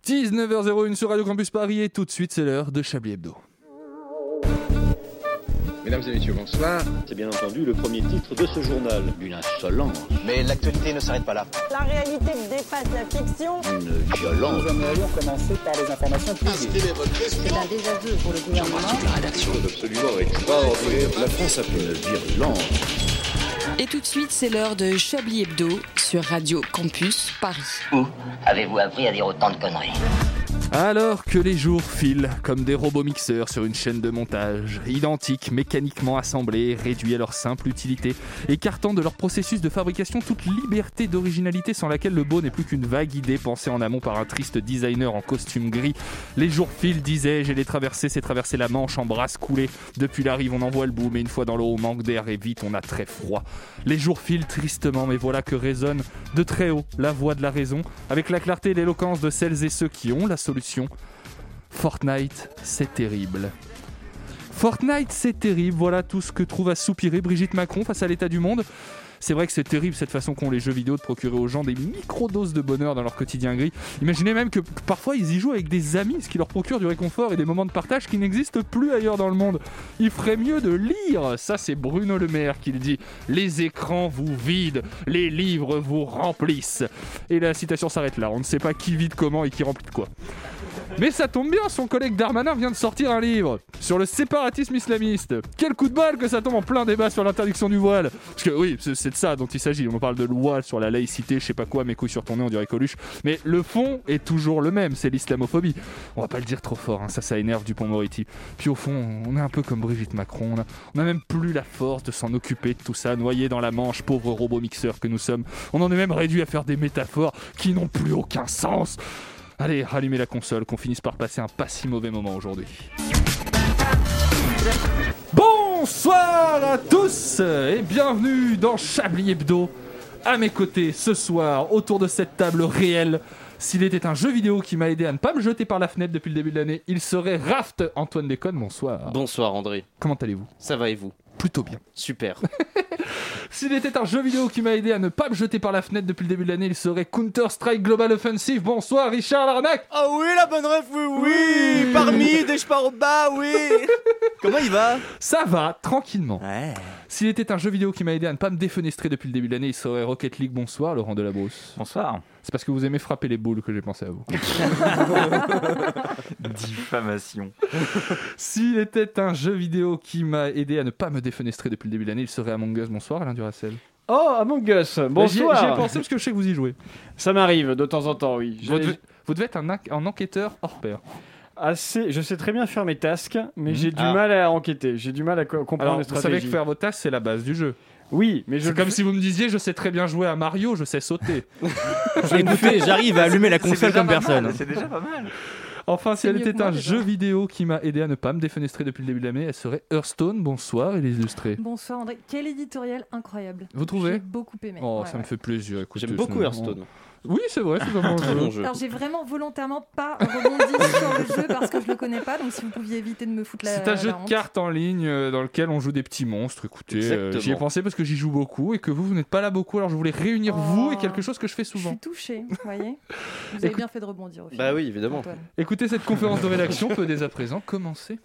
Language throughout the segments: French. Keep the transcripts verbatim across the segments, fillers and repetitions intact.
dix-neuf heures zéro une sur Radio Campus Paris et tout de suite c'est l'heure de Chablis Hebdo. Mesdames et messieurs, bonsoir. C'est bien entendu le premier titre de ce journal. Une insolence. Mais l'actualité ne s'arrête pas là. La réalité dépasse la fiction. Une violence. Nous aimerions commencer par les informations privées. C'est un désaveu pour le gouvernement. La rédaction est absolument extraordinaire. La France a fait une virulence. Et tout de suite, c'est l'heure de Chablis Hebdo sur Radio Campus Paris. Où avez-vous appris à dire autant de conneries ? Alors que les jours filent comme des robots mixeurs sur une chaîne de montage, identiques, mécaniquement assemblés, réduits à leur simple utilité, écartant de leur processus de fabrication toute liberté d'originalité sans laquelle le beau n'est plus qu'une vague idée pensée en amont par un triste designer en costume gris. Les jours filent, disais-je, et les traversées, c'est traverser la Manche en brasse coulée. Depuis la rive, on envoie le bout, mais une fois dans l'eau, on manque d'air et vite, on a très froid. Les jours filent tristement, mais voilà que résonne de très haut la voix de la raison, avec la clarté et l'éloquence de celles et ceux qui ont la solution. Fortnite, c'est terrible. Fortnite, c'est terrible. Voilà tout ce que trouve à soupirer Brigitte Macron face à l'état du monde. C'est vrai que c'est terrible cette façon qu'ont les jeux vidéo de procurer aux gens des micro-doses de bonheur dans leur quotidien gris. Imaginez même que parfois ils y jouent avec des amis, ce qui leur procure du réconfort et des moments de partage qui n'existent plus ailleurs dans le monde. Il ferait mieux de lire, ça c'est Bruno Le Maire qui le dit. Les écrans vous vident, les livres vous remplissent. Et la citation s'arrête là, on ne sait pas qui vide comment et qui remplit de quoi. Mais ça tombe bien, son collègue Darmanin vient de sortir un livre sur le séparatisme islamiste. Quel coup de balle que ça tombe en plein débat sur l'interdiction du voile. Parce que oui, c'est de ça dont il s'agit. On parle de loi sur la laïcité, je sais pas quoi, mes couilles sur ton nez, on dirait Coluche. Mais le fond est toujours le même, c'est l'islamophobie. On va pas le dire trop fort, hein, ça, ça énerve Dupond-Moretti. Puis au fond, on est un peu comme Brigitte Macron. On a, on a même plus la force de s'en occuper de tout ça, noyé dans la Manche, pauvres robots mixeurs que nous sommes. On en est même réduit à faire des métaphores qui n'ont plus aucun sens. Allez, rallumez la console, qu'on finisse par passer un pas si mauvais moment aujourd'hui. Bonsoir à tous et bienvenue dans Chablis Hebdo. À mes côtés, ce soir, autour de cette table réelle, s'il était un jeu vidéo qui m'a aidé à ne pas me jeter par la fenêtre depuis le début de l'année, il serait Raft Antoine Déconne. Bonsoir. Bonsoir André. Comment allez-vous ? Ça va et vous ? Plutôt bien. Super. S'il était un jeu vidéo qui m'a aidé à ne pas me jeter par la fenêtre depuis le début de l'année, il serait Counter-Strike Global Offensive. Bonsoir Richard Larnac. Ah oh oui, la bonne ref, oui, oui, oui. Parmi des par au bas, oui. Comment il va ? Ça va, tranquillement. Ouais. S'il était un jeu vidéo qui m'a aidé à ne pas me défenestrer depuis le début de l'année, il serait Rocket League. Bonsoir Laurent Delabrousse. Bonsoir. C'est parce que vous aimez frapper les boules que j'ai pensé à vous. Diffamation. S'il était un jeu vidéo qui m'a aidé à ne pas me défenestrer depuis le début de l'année, il serait Among Us. Bonsoir Alain Duracell. Oh, Among Us, bonsoir. J'y ai pensé parce que je sais que vous y jouez. Ça m'arrive de temps en temps, oui. Vous devez, vous devez être un, un enquêteur hors pair. Assez, je sais très bien faire mes tasks, mais mmh. j'ai du ah. mal à enquêter. J'ai du mal à co- comprendre Alors, les stratégies. Vous savez que faire vos tasks, c'est la base du jeu. Oui, mais je c'est comme f... si vous me disiez je sais très bien jouer à Mario, je sais sauter. Écoutez, j'arrive à allumer la console comme personne. Mal, c'est déjà pas mal. Enfin, si c'est elle était moi, un déjà. jeu vidéo qui m'a aidé à ne pas me défenestrer depuis le début de l'année, elle serait Hearthstone. Bonsoir et les illustrés. Bonsoir André. Quel éditorial incroyable. Vous trouvez ? J'ai beaucoup aimé. Oh, ouais, ça ouais. me fait plaisir. Écoutez, j'aime beaucoup Hearthstone. Oui, c'est vrai, c'est vraiment un bon jeu. Alors, j'ai vraiment volontairement pas rebondi sur le jeu parce que je le connais pas, donc si vous pouviez éviter de me foutre la. C'est un la jeu honte. de cartes en ligne euh, dans lequel on joue des petits monstres. Écoutez, euh, j'y ai pensé parce que j'y joue beaucoup et que vous, vous n'êtes pas là beaucoup, alors je voulais réunir oh, vous et quelque chose que je fais souvent. Je suis touchée, vous voyez. Vous avez Écoute... bien fait de rebondir au final. Bah oui, évidemment. Antoine. Écoutez, cette conférence de rédaction peut dès à présent commencer.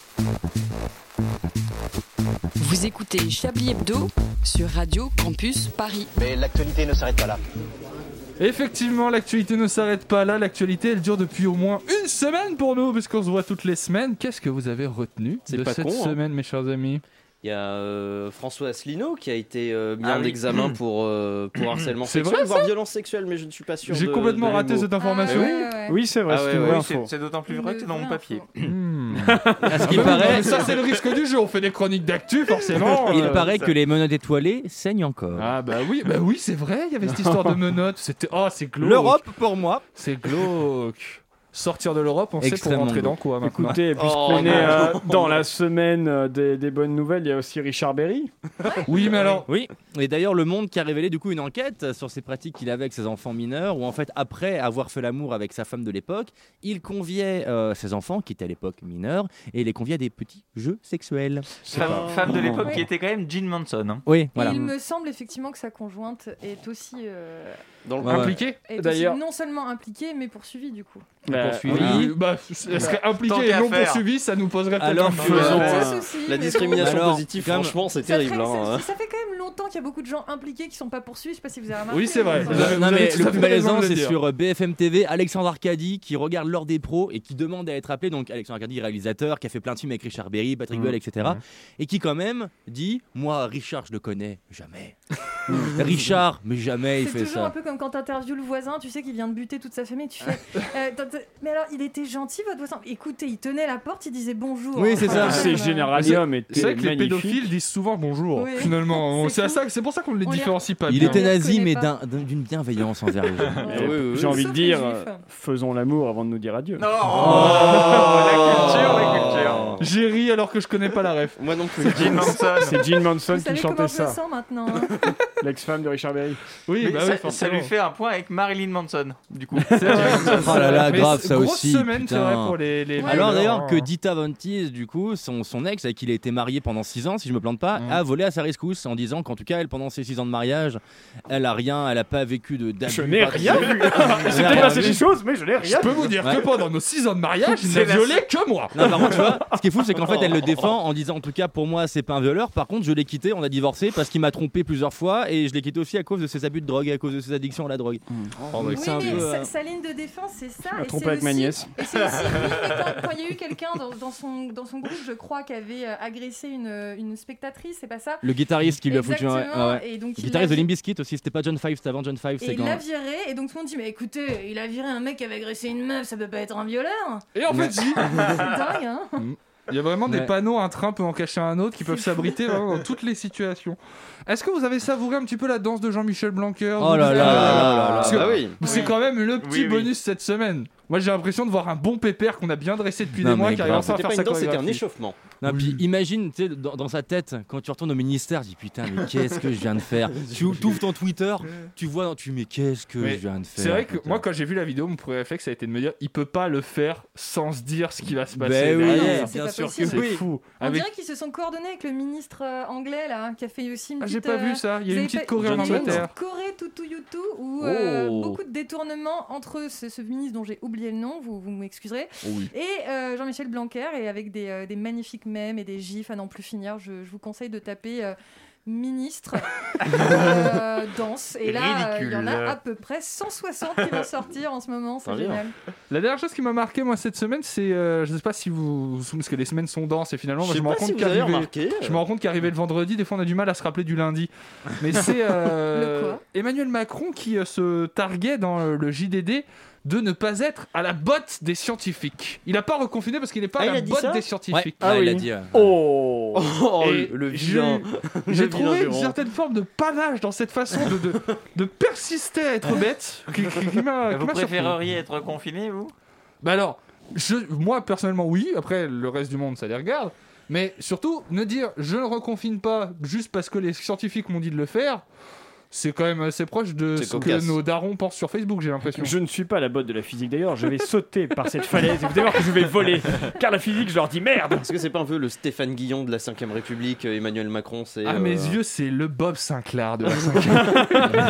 Vous écoutez Chablis Hebdo sur Radio Campus Paris. Mais l'actualité ne s'arrête pas là. Effectivement, l'actualité ne s'arrête pas là. L'actualité, elle dure depuis au moins une semaine pour nous, puisqu'on se voit toutes les semaines. Qu'est-ce que vous avez retenu C'est de pas cette con, semaine, hein. mes chers amis ? Il y a euh, François Asselineau qui a été euh, mis ah, en oui. examen pour, euh, pour harcèlement c'est sexuel, vrai, voire violence sexuelle, mais je ne suis pas sûr. J'ai de, complètement de raté mots. cette information. Ah, ouais, ouais, ouais. Oui, c'est vrai, ah, c'est ouais, une ouais, vraie oui, info. C'est, c'est d'autant plus vrai que c'est dans mon papier. Mmh. À ce qu'il ah, paraît, mais ça c'est le risque du jeu. On fait des chroniques d'actu, forcément. Il euh, paraît ça... que les menottes étoilées saignent encore. Ah bah oui, bah oui, c'est vrai. Il y avait cette histoire de menottes. C'était oh, c'est glauque. L'Europe pour moi. C'est glauque. Sortir de l'Europe, on sait pour rentrer dans quoi maintenant. Écoutez, puisqu'on oh, est euh, dans la semaine euh, des, des bonnes nouvelles, il y a aussi Richard Berry. Oui, mais alors... Oui, et d'ailleurs Le Monde qui a révélé du coup une enquête sur ces pratiques qu'il avait avec ses enfants mineurs, où en fait, après avoir fait l'amour avec sa femme de l'époque, il conviait euh, ses enfants, qui étaient à l'époque mineurs, et il les conviait à des petits jeux sexuels. Femme, femme de l'époque oui. qui était quand même Jean Manson. Hein. Oui, voilà. Et il me semble effectivement que sa conjointe est aussi... Euh... Dans le... ouais, impliquée est d'ailleurs. Aussi non seulement impliquée, mais poursuivie du coup. Bah, non poursuivis. Oui. Bah, elle serait impliquée Tant et qu'à non faire. poursuivie, ça nous poserait peut-être Alors, un faisons, problème. euh, La discrimination Alors, positive, comme- franchement, c'est Ça, terrible. fait, hein. ça, ça fait quand même longtemps qu'il y a beaucoup de gens impliqués qui sont pas poursuivis. Je sais pas si vous avez remarqué. Oui, c'est vrai. Enfin, Vous avez- non vous avez mais tout le à plus fait raison malaisant de le c'est dire. sur B F M T V, Alexandre Arcadi qui regarde l'heure des pros et qui demande à être appelé, donc Alexandre Arcadi réalisateur qui a fait plein de films avec Richard Berry, Patrick Mmh. Bruel, et cetera. Et qui quand même dit moi Richard je le connais jamais. Richard mais jamais il C'est fait toujours ça. un peu comme quand t'interviews le voisin, tu sais, qui vient de buter toute sa famille. Tu fais, euh, t'as- t'as- mais alors, il était gentil, votre voisin. Écoutez, il tenait la porte, il disait bonjour. Oui, c'est ça. C'est Généralium était C'est vrai que les magnifique. pédophiles disent souvent bonjour. Oui. Finalement, C'est c'est à fou. ça, c'est pour ça qu'on ne les On les- différencie pas. Il bien. était On les nazi reconnaît mais pas. d'un- d'un- d'une bienveillance envers les gens. Ouais. Oui, oui, oui. J'ai envie de Sauf dire, les euh, juifs. faisons l'amour avant de nous dire adieu. Non La culture, la culture. J'ai ri alors que je connais pas la ref. Moi non plus. Gene Manson. C'est Gene Manson Vous qui savez comment chantait je me ça, sens maintenant. hein. l'ex-femme de Richard Berry. Oui, Mais bah ça, oui, ça forcément. lui fait un point avec Marilyn Manson, du coup. C'est vrai. Oh là là, Mais grave c'est- ça grosse aussi. semaine, c'est putain. vrai, pour les. les Ouais. Alors violeurs, d'ailleurs hein. que Dita Von Teese, du coup, son, son ex avec qui il a été marié pendant six ans, si je me plante pas, Mm. a volé à sa rescousse en disant qu'en tout cas, elle, pendant ses six ans de mariage, elle a rien, elle a pas vécu de d'abus. Je n'ai pas- rien vu. Elle C'est a peut-être rien passé vu. des choses, mais je n'ai Je rien peux vu. vous dire Ouais. que pendant nos six ans de mariage, il n'a C'est la violé seule- que moi. Non, par contre, tu vois, ce qui est fou, c'est qu'en fait, elle le défend en disant, en tout cas, pour moi, c'est pas un violeur. Par contre, je l'ai quitté, on a divorcé parce qu'il m'a trompé plusieurs fois et je l'ai quitté aussi à cause de ses abus de drogue, et à cause de ses addictions à la drogue. Oh, bah, Oui, c'est un mais peu, sa, euh, sa ligne de défense, c'est ça. Je me et trompe c'est avec ma aussi- nièce. Et c'est aussi, oui, mais quand, quand il y a eu quelqu'un dans, dans, son, dans son groupe, je crois, qui avait euh, agressé une, une spectatrice, c'est pas ça? Le guitariste qui lui a foutu un. Exactement, ah ouais. et donc Le il guitariste l'a de Limp Bizkit aussi, c'était pas John Five, c'était avant John Five. Et c'est il quand... l'a viré, et donc tout le monde dit mais écoutez, il a viré un mec qui avait agressé une meuf, ça peut pas être un violeur. Et en fait, si. C'est dingue, hein. Il y a vraiment des Ouais. panneaux, un train peut en cacher un autre, qui peuvent s'abriter vraiment dans toutes les situations. Est-ce que vous avez savouré un petit peu la danse de Jean-Michel Blanquer? Oh là là là là là Parce là. que Ah oui. c'est Oui. quand même le petit Oui, oui. bonus cette semaine. Moi j'ai l'impression de voir un bon pépère qu'on a bien dressé depuis Non, des mois mais qui arrive grave. enfin à C'était faire pas sa une danse, c'était un chorégraphie. échauffement. Non, Oui. puis imagine, tu sais, dans, dans sa tête, quand tu retournes au ministère, tu dis putain, mais qu'est-ce que je viens de faire? Tu ouvres ton Twitter, tu vois, tu mais qu'est-ce que Mais je viens de faire? C'est vrai que putain. moi quand j'ai vu la vidéo, mon premier réflexe ça a été de me dire il peut pas le faire sans se dire ce qui va se passer. Ben oui, derrière. c'est bien pas sûr que possible. C'est oui. fou. On Avec... dirait qu'ils se sont coordonnés avec le ministre euh, anglais là, qui a fait aussi une Ah, petite. j'ai pas euh, vu ça, il y a vous une avez petite pas- Corée en il y a une Angleterre. petite Corée toutou youtou où euh, Oh. beaucoup de détournements entre ce, ce ministre dont j'ai oublié le nom, vous, vous m'excuserez, Oui. et euh, Jean-Michel Blanquer, et avec des, euh, des magnifiques mèmes et des gifs à n'en plus finir. Je, je vous conseille de taper euh, ministre euh, danse. Et là, euh, il y en a Ridicule. à peu près cent soixante qui vont sortir en ce moment. C'est Pas bien. génial. La dernière chose qui m'a marqué moi cette semaine, c'est euh, je sais pas si vous parce que les semaines sont denses et finalement moi, Je je sais me rends pas compte si vous avez qu'arriver remarqué. je me rends compte qu'arriver le vendredi, des fois on a du mal à se rappeler du lundi. Mais c'est euh, Le quoi Emmanuel Macron qui euh, se targuait dans euh, le J D D de ne pas être à la botte des scientifiques. Il n'a pas reconfiné parce qu'il n'est pas Ah, à il la a dit botte ça des Ouais, scientifiques. Ah ouais, il oui. a dit. euh, Oh. Oh, Et le j'ai- vilain. J'ai Le vilain trouvé une Jérôme. certaine forme de panache dans cette façon de, de, de persister à être bête qui, qui- qui m'a qui Vous m'a surpris. préféreriez être confiné, vous? Bah alors, je, moi personnellement oui, après le reste du monde ça les regarde, mais surtout ne dire je ne reconfine pas juste parce que les scientifiques m'ont dit de le faire, c'est quand même assez proche de C'est ce cocasse. que nos darons pensent sur Facebook, j'ai l'impression. Je ne suis pas à la botte de la physique d'ailleurs, je vais sauter par cette falaise et vous allez voir que je vais voler. Car la physique, je leur dis merde. Est-ce que c'est pas un peu le Stéphane Guillon de la cinquième République, euh, Emmanuel Macron? C'est, À euh, mes yeux, c'est le Bob Sinclair de la cinquième.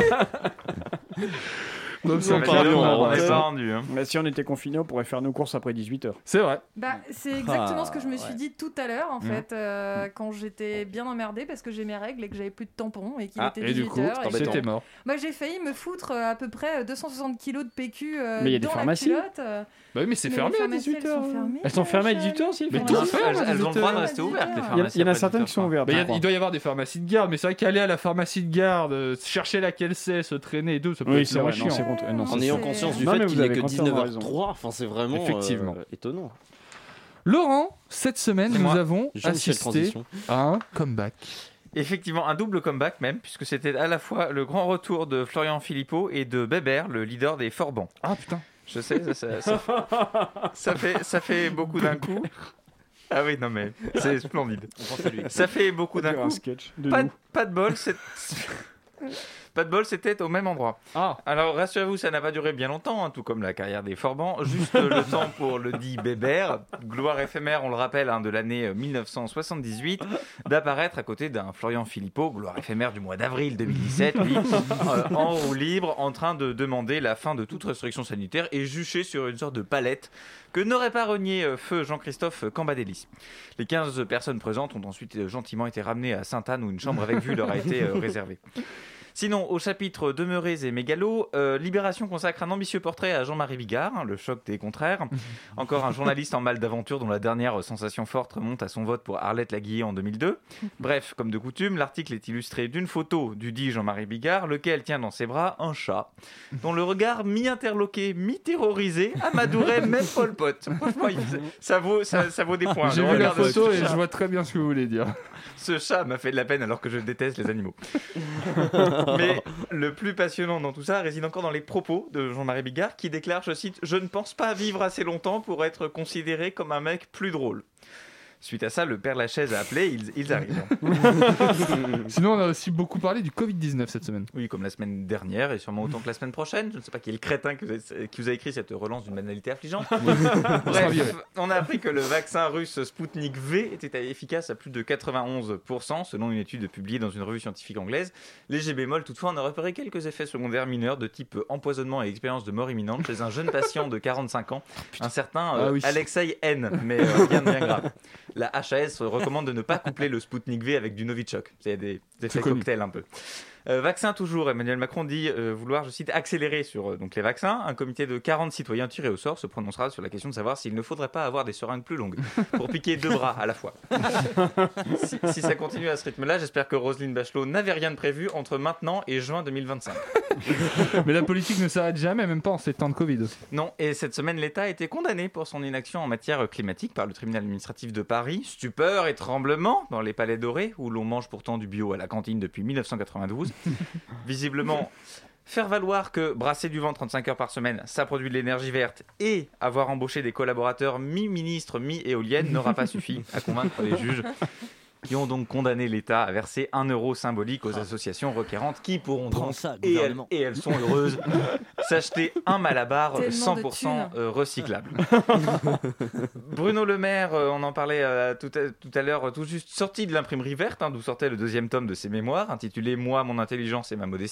Bob Nous en Sinclair, parlions qu'on en On embrasse. n'est pas rendu. Hein. Bah, si on était confinés, on pourrait faire nos courses après dix-huit heures. C'est vrai. Bah, c'est exactement Ah, ce que je me suis ouais. dit tout à l'heure, en Mmh. fait, euh, quand j'étais bien emmerdée parce que j'ai mes règles et que j'avais plus de tampons et qu'il Ah, était Et du dix-huit coup, heures. et que- embêtant. c'était mort. Bah, j'ai failli me foutre euh, à peu près deux cent soixante kilos de P Q euh, Mais il y a des dans pharmacies. la culotte. euh, Bah oui, mais c'est mais fermé les à pharmacies, dix-huit heures. Elles sont fermées. Elles sont fermées à euh, dix-huit heures aussi, les Mais Elles tout sont ferme fermées à à Elles, elles ont le droit de rester dix-huit ouvertes, les heures. Il y, a- pharmacies. il y en a après certaines qui dix-huit sont heures. ouvertes. Bah, il y a- je crois. il doit y avoir des pharmacies de garde, mais c'est vrai qu'aller à la pharmacie de garde, euh, chercher laquelle c'est, se traîner et tout, ça peut Oui, être c'est vrai, chiant. non, c'est contre- non, En c'est- ayant c'est- conscience du Non, mais fait vous qu'il n'est avez que entièrement dix-neuf heures raison. trois, enfin c'est vraiment Effectivement. euh, étonnant. Laurent, cette semaine, C'est nous moi. avons Jean-Michel assisté Transition. à un comeback. Effectivement, un double comeback même, puisque c'était à la fois le grand retour de Florian Philippot et de Bébert, le leader des Forbans. Ah putain. Je sais, ça, ça, ça, ça fait, ça fait beaucoup d'un coup. Ah oui, non mais c'est splendide. On pense à lui. Ça fait beaucoup On d'un dirait un coup. sketch de Pas, nous. de- pas de bol, cette... Pas de bol, c'était au même endroit. Ah. Alors rassurez-vous, ça n'a pas duré bien longtemps, hein, tout comme la carrière des Forbans. Juste le temps pour le dit Bébert, gloire éphémère, on le rappelle, hein, de l'année dix-neuf cent soixante-dix-huit, d'apparaître à côté d'un Florian Philippot, gloire éphémère du mois d'avril deux mille dix-sept, lui, euh, en roue libre, en train de demander la fin de toute restriction sanitaire et juché sur une sorte de palette que n'aurait pas renié euh, feu Jean-Christophe Cambadélis. Les quinze personnes présentes ont ensuite euh, gentiment été ramenées à Sainte-Anne où une chambre avec vue leur a été euh, réservée. Sinon, au chapitre Demeurés et Mégalos, euh, Libération consacre un ambitieux portrait à Jean-Marie Bigard, hein, le choc des contraires. Encore un journaliste en mal d'aventure dont la dernière sensation forte remonte à son vote pour Arlette Laguiller en deux mille deux. Bref, comme de coutume, l'article est illustré d'une photo du dit Jean-Marie Bigard, lequel tient dans ses bras un chat, dont le regard mi-interloqué, mi-terrorisé amadourait même Pol Pot. Franchement, il- ça, vaut, ça, ça vaut des points. J'ai Le vu la regard de photo ce et chat. je vois très bien ce que vous voulez dire. Ce chat m'a fait de la peine alors que je déteste les animaux. Mais le plus passionnant dans tout ça réside encore dans les propos de Jean-Marie Bigard qui déclare, je cite, « Je ne pense pas vivre assez longtemps pour être considéré comme un mec plus drôle ». Suite à ça, le père Lachaise a appelé, ils, ils arrivent. Sinon, on a aussi beaucoup parlé du covid dix-neuf cette semaine. Oui, comme la semaine dernière et sûrement autant que la semaine prochaine. Je ne sais pas qui est le crétin qui vous a, qui vous a écrit cette relance d'une banalité affligeante. Bref, on a appris que le vaccin russe Sputnik V était efficace à plus de quatre-vingt-onze pour cent selon une étude publiée dans une revue scientifique anglaise. Léger bémol, toutefois, on a repéré quelques effets secondaires mineurs de type empoisonnement et expérience de mort imminente chez un jeune patient de quarante-cinq ans, un certain euh, Ah oui. Alexei N, mais euh, rien de bien grave. La H A S recommande de ne pas coupler le Sputnik V avec du Novichok. Il y a des effets connu. cocktails un peu. Euh, vaccin toujours, Emmanuel Macron dit euh, vouloir, je cite, accélérer sur euh, donc les vaccins. Un comité de quarante citoyens tirés au sort se prononcera sur la question de savoir s'il ne faudrait pas avoir des seringues plus longues pour piquer deux bras à la fois. si, si ça continue à ce rythme-là, j'espère que Roselyne Bachelot n'avait rien de prévu entre maintenant et juin deux mille vingt-cinq. Mais la politique ne s'arrête jamais, même pas en ces temps de Covid. Non, et cette semaine, l'État a été condamné pour son inaction en matière climatique par le tribunal administratif de Paris. Stupeur et tremblement dans les Palais Dorés, où l'on mange pourtant du bio à la cantine depuis dix-neuf cent quatre-vingt-douze. Visiblement, faire valoir que brasser du vent trente-cinq heures par semaine, ça produit de l'énergie verte, et avoir embauché des collaborateurs mi-ministres, mi-éoliennes n'aura pas suffi à convaincre les juges, qui ont donc condamné l'État à verser un euro symbolique aux associations requérantes qui pourront Prends donc, ça, et, elles, gouvernement. et elles sont heureuses, s'acheter un Malabar Tellement cent de pour cent thunes. euh, recyclable. Bruno Le Maire, euh, on en parlait euh, tout, à, tout à l'heure, euh, tout juste sorti de l'imprimerie verte, hein, d'où sortait le deuxième tome de ses mémoires, intitulé « Moi, mon intelligence et ma modestie »,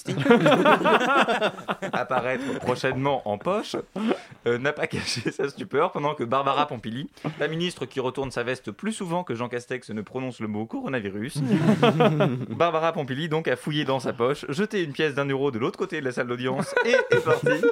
apparaître prochainement en poche, euh, n'a pas caché sa stupeur pendant que Barbara Pompili, la ministre qui retourne sa veste plus souvent que Jean Castex ne prononce le mot coronavirus, Barbara Pompili donc a fouillé dans sa poche, jeté une pièce d'un euro de l'autre côté de la salle d'audience et est partie.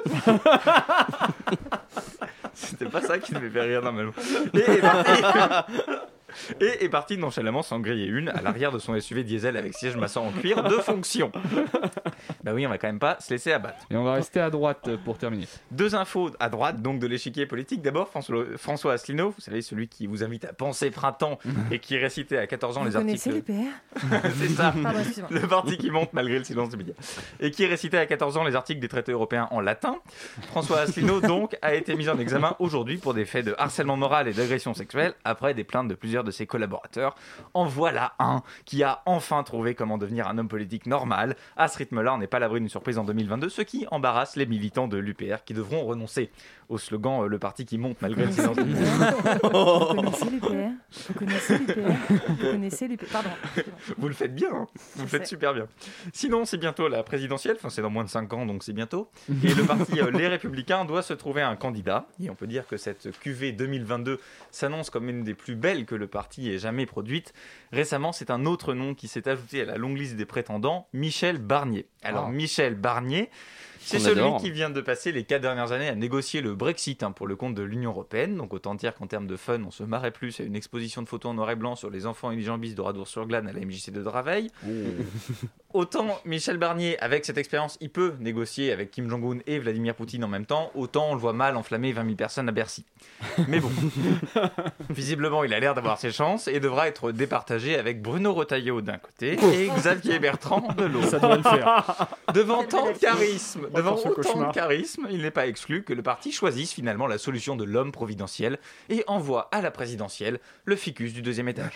C'était pas ça qui devait faire rire normalement. Et est parti. Et est parti nonchalamment s'en griller une à l'arrière de son S U V diesel avec siège massant en cuir de fonction. Bah oui, on va quand même pas se laisser abattre. Et on va rester à droite pour terminer. Deux infos à droite, donc de l'échiquier politique. D'abord, François, François Asselineau, vous savez, celui qui vous invite à penser printemps et qui récitait à quatorze ans Vous les connaissez articles. l'U P R? C'est ça, Pardon, excuse-moi. le parti qui monte malgré le silence des médias. Et qui récitait à quatorze ans les articles des traités européens en latin. François Asselineau, donc, a été mis en examen aujourd'hui pour des faits de harcèlement moral et d'agression sexuelle après des plaintes de plusieurs de ses collaborateurs. En voilà un qui a enfin trouvé comment devenir un homme politique normal. À ce rythme-là, on n'est pas à l'abri d'une surprise en deux mille vingt-deux, ce qui embarrasse les militants de l'U P R qui devront renoncer au slogan euh, le parti qui monte malgré le silence des médias. Vous connaissez l'U P R? Vous connaissez l'U P R? Vous connaissez l'U P R? Pardon. Vous le faites bien, hein. Vous le faites super bien. Sinon, c'est bientôt la présidentielle, enfin c'est dans moins de cinq ans, donc c'est bientôt. Et le parti euh, Les Républicains doit se trouver un candidat. Et on peut dire que cette Q V deux mille vingt-deux s'annonce comme une des plus belles que le parti ait jamais produite. Récemment, c'est un autre nom qui s'est ajouté à la longue liste des prétendants, Michel Barnier. Alors, Oh. Michel Barnier, c'est On celui adore. qui vient de passer les quatre dernières années à négocier le Brexit hein, pour le compte de l'Union Européenne. Donc autant dire qu'en termes de fun, on se marrait plus à une exposition de photos en noir et blanc sur les enfants unijambistes de Radour-sur-Glane à la M J C de Draveil. Autant Michel Barnier, avec cette expérience, il peut négocier avec Kim Jong-un et Vladimir Poutine en même temps, autant on le voit mal enflammer vingt mille personnes à Bercy. Mais bon, visiblement il a l'air d'avoir ses chances et devra être départagé avec Bruno Retailleau d'un côté et Xavier Bertrand de l'autre. Ça devrait le faire. Devant tant de charisme, devant ce autant cauchemar. de charisme, il n'est pas exclu que le parti choisisse finalement la solution de l'homme providentiel et envoie à la présidentielle le ficus du deuxième étage.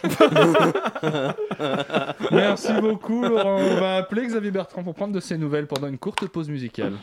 Merci beaucoup Laurent. On va appeler Xavier Bertrand pour prendre de ses nouvelles pendant une courte pause musicale.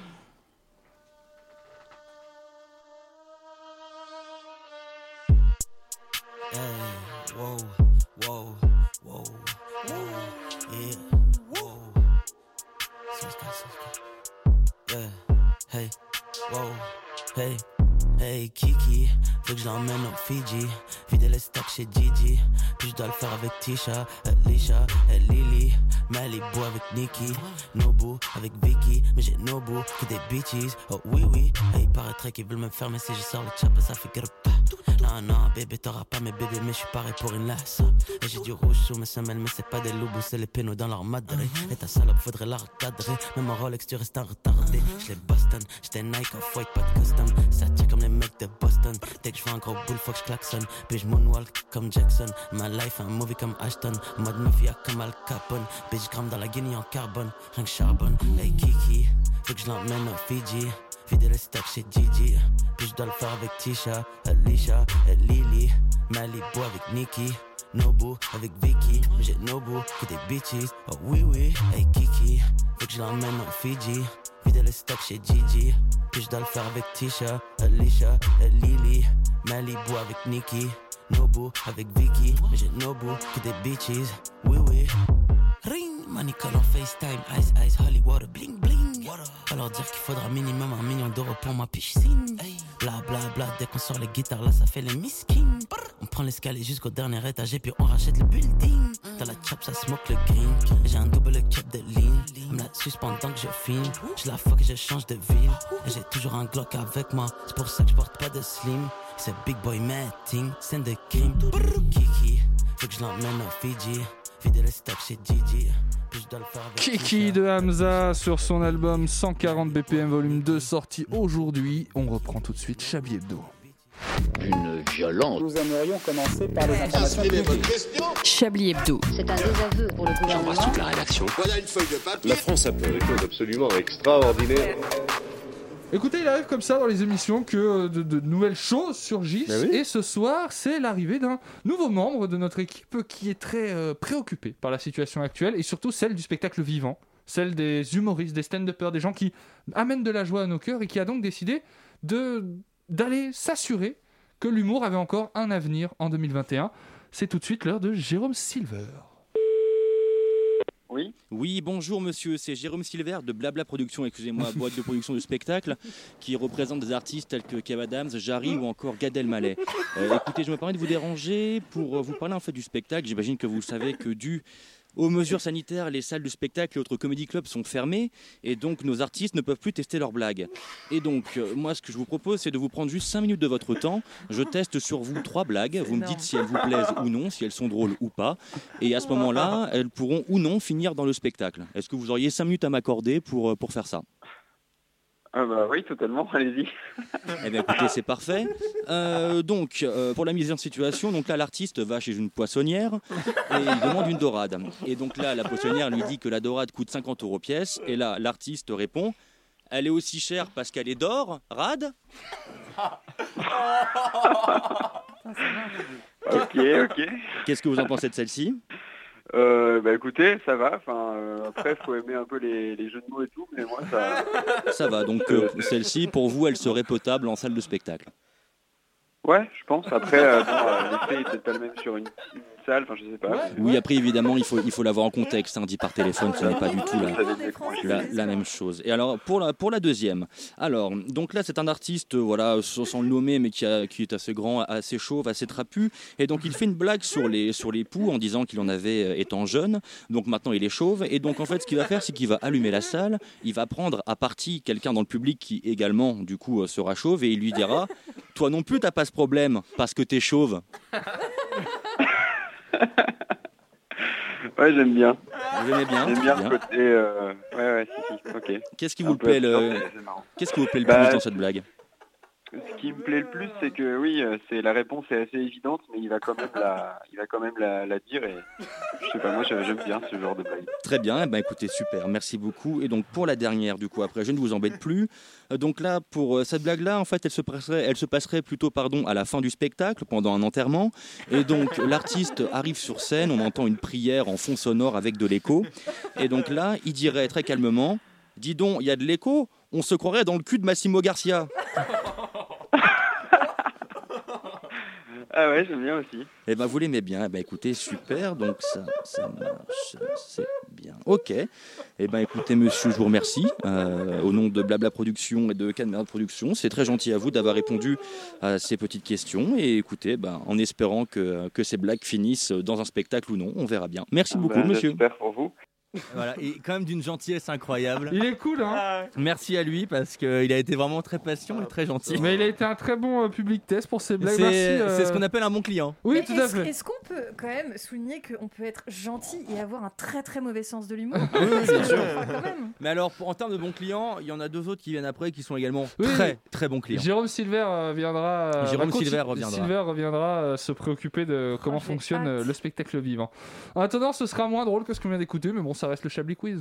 Hey, whoa, whoa, whoa, whoa, yeah, whoa. Sounds good, sounds good. Yeah, hey, whoa, hey, hey, Kiki, faut que je l'emmène au Fidji. Vider les stocks chez Gigi, puis je dois le faire avec Tisha, Alicia, et Lily. Malibu avec Nikki, Nobu avec Vicky, mais j'ai Nobu que des bitches. Oh oui oui, hey, il paraîtrait qu'ils veulent me faire, mais si je sors le chap, ça fait que pas. Non non bébé t'auras pas mes bébés, mais je suis pareil pour une lasse. Et j'ai du rouge sous mes semelles, mais c'est pas des loups, c'est les pénaux dans leur madré. Et ta salope faudrait la recadrer, même en Rolex tu restes un retardé. J'l'ai Boston, j'étais Nike off-white, pas de custom. Ça tire comme les mecs de Boston. Dès que je vois un gros boule, faut que je klaxonne. Puis je moonwalk comme Jackson. Ma life un movie comme Ashton. Mode mafia comme Al Capone. Bitch gramme dans la Guinée en carbone. Rien que charbonne. Hey Kiki, faut que je l'emmène au Fidji. Vider les stocks chez Gigi. Puis je dois le faire avec Tisha, Alicia et Lily. Malibu avec Nikki. Nobu avec Vicky. Mais j'ai Nobu que des bitches. Oh oui oui. Hey Kiki, faut que je l'emmène au Fidji. Vider les stocks chez Gigi. Puis je dois le faire avec Tisha, Alicia et Lily. Malibu avec Nikki. Nobu avec Vicky. Mais j'ai Nobu que des bitches. Oui oui. Ring, money call en FaceTime, ice ice, holy water, bling bling. Va leur dire qu'il faudra minimum un million d'euros pour ma piscine. Bla bla bla, dès qu'on sort les guitares là ça fait les miskins. On prend l'escalier jusqu'au dernier étage et puis on rachète le building. Dans la chop ça smoke le green. Et j'ai un double cup de lean. Elle me la suce pendant que je filme. Je la fuck et je change de ville. Et j'ai toujours un Glock avec moi. C'est pour ça que je porte pas de slim. C'est big boy matting, scène de crime. Kiki, faut que je l'emmène au Fidji. Vider les stocks chez Gigi. Kiki de Hamza sur son album cent quarante B P M volume deux sorti aujourd'hui. On reprend tout de suite Chablis Hebdo. Une violence. Nous aimerions commencer par les informations publiques. Chablis Hebdo. C'est un désaveu pour le gouvernement. J'embrasse toute la rédaction. Voilà une feuille de papier. La France a fait des choses absolument extraordinaires. Écoutez, il arrive comme ça dans les émissions que de, de nouvelles choses surgissent. Oui. Et ce soir, c'est l'arrivée d'un nouveau membre de notre équipe qui est très euh, préoccupé par la situation actuelle et surtout celle du spectacle vivant, celle des humoristes, des stand-uppers, des gens qui amènent de la joie à nos cœurs et qui a donc décidé de, d'aller s'assurer que l'humour avait encore un avenir en deux mille vingt et un. C'est tout de suite l'heure de Jérôme Silver. Oui. Oui, bonjour monsieur, c'est Jérôme Silver de Blabla Productions, excusez-moi, boîte de production de spectacle, qui représente des artistes tels que Kev Adams, Jarry ou encore Gad Elmaleh. Euh, écoutez, je me permets de vous déranger pour vous parler en fait du spectacle. J'imagine que vous savez que dû aux mesures sanitaires, les salles de spectacle et autres comédie clubs sont fermées et donc nos artistes ne peuvent plus tester leurs blagues. Et donc, euh, moi, ce que je vous propose, c'est de vous prendre juste cinq minutes de votre temps. Je teste sur vous trois blagues. Vous me dites si elles vous plaisent ou non, si elles sont drôles ou pas. Et à ce moment-là, elles pourront ou non finir dans le spectacle. Est-ce que vous auriez cinq minutes à m'accorder pour, pour faire ça ? Ah bah oui, totalement, allez-y. Eh bien écoutez, c'est parfait. Euh, donc, euh, pour la mise en situation, donc là l'artiste va chez une poissonnière et il demande une dorade. Et donc là, la poissonnière lui dit que la dorade coûte cinquante euros pièce. Et là, l'artiste répond, elle est aussi chère parce qu'elle est d'or, rade. Ok, ok. Qu'est-ce que vous en pensez de celle-ci ? Euh, bah écoutez, ça va. Enfin, euh, après, faut aimer un peu les, les jeux de mots et tout, mais moi, ça. Ça va. Donc, euh, celle-ci, pour vous, elle serait potable en salle de spectacle. Ouais, je pense. Après, euh, bon, euh, l'effet est peut-être pas le même sur une, une salle. Enfin, je sais pas. Oui, après, évidemment, il faut, il faut l'avoir en contexte. Hein, dit par téléphone, ce n'est pas du tout la, la, la même chose. Et alors, pour la, pour la deuxième. Alors, donc là, c'est un artiste, voilà, sans le nommer, mais qui, a, qui est assez grand, assez chauve, assez trapu. Et donc, il fait une blague sur les, sur les poux en disant qu'il en avait étant jeune. Donc, maintenant, il est chauve. Et donc, en fait, ce qu'il va faire, c'est qu'il va allumer la salle. Il va prendre à partie quelqu'un dans le public qui, également, du coup, sera chauve. Et il lui dira, toi non plus, t'as pas ce problème parce que t'es chauve. Ouais, j'aime bien. Vous aimez bien? J'aime bien, bien le côté. Euh... Ouais, ouais, si, si, ok. Qu'est-ce qui vous plaît le... Qu'est-ce qui vous plaît le bah, plus dans cette blague? Ce qui me plaît le plus, c'est que oui, euh, c'est la réponse est assez évidente, mais il va quand même la, il va quand même la, la dire et je sais pas, moi j'aime j'aime bien ce genre de blague. Très bien, eh ben, écoutez, super, merci beaucoup. Et donc pour la dernière, du coup, après, je ne vous embête plus. Euh, Donc là, pour euh, cette blague-là, en fait, elle se passerait, elle se passerait plutôt, pardon, à la fin du spectacle, pendant un enterrement. Et donc l'artiste arrive sur scène, on entend une prière en fond sonore avec de l'écho. Et donc là, il dirait très calmement, dis donc, il y a de l'écho, on se croirait dans le cul de Massimo Garcia. Ah ouais, j'aime bien aussi. Eh ben vous l'aimez bien. Eh ben écoutez, super. Donc ça, ça marche, c'est bien. Ok. Eh ben écoutez, monsieur, je vous remercie euh, au nom de Blabla Productions et de Canmerde Productions. C'est très gentil à vous d'avoir répondu à ces petites questions. Et écoutez, ben en espérant que que ces blagues finissent dans un spectacle ou non, on verra bien. Merci beaucoup, Ben, monsieur. J'espère pour vous. Voilà, et quand même d'une gentillesse incroyable. Il est cool, hein. Merci à lui parce qu'il a été vraiment très patient et très gentil. Mais il a été un très bon euh, public test pour ses blagues. C'est Merci, euh. c'est ce qu'on appelle un bon client. Oui, Mais tout à est-ce, fait. est-ce qu'on peut quand même souligner qu'on peut être gentil et avoir un très très mauvais sens de l'humour? Oui, oui, bien sûr. Enfin, quand même. Mais alors, pour- en termes de bons clients, il y en a deux autres qui viennent après qui sont également Oui, très oui. très bons clients. Jérôme Silver euh, viendra. euh, Jérôme va conti- Silver reviendra. Silver reviendra euh, se préoccuper de comment j'ai fonctionne euh, hâte. le spectacle vivant. En attendant, ce sera moins drôle que ce qu'on vient d'écouter, mais bon, ça reste le Chablis Quiz.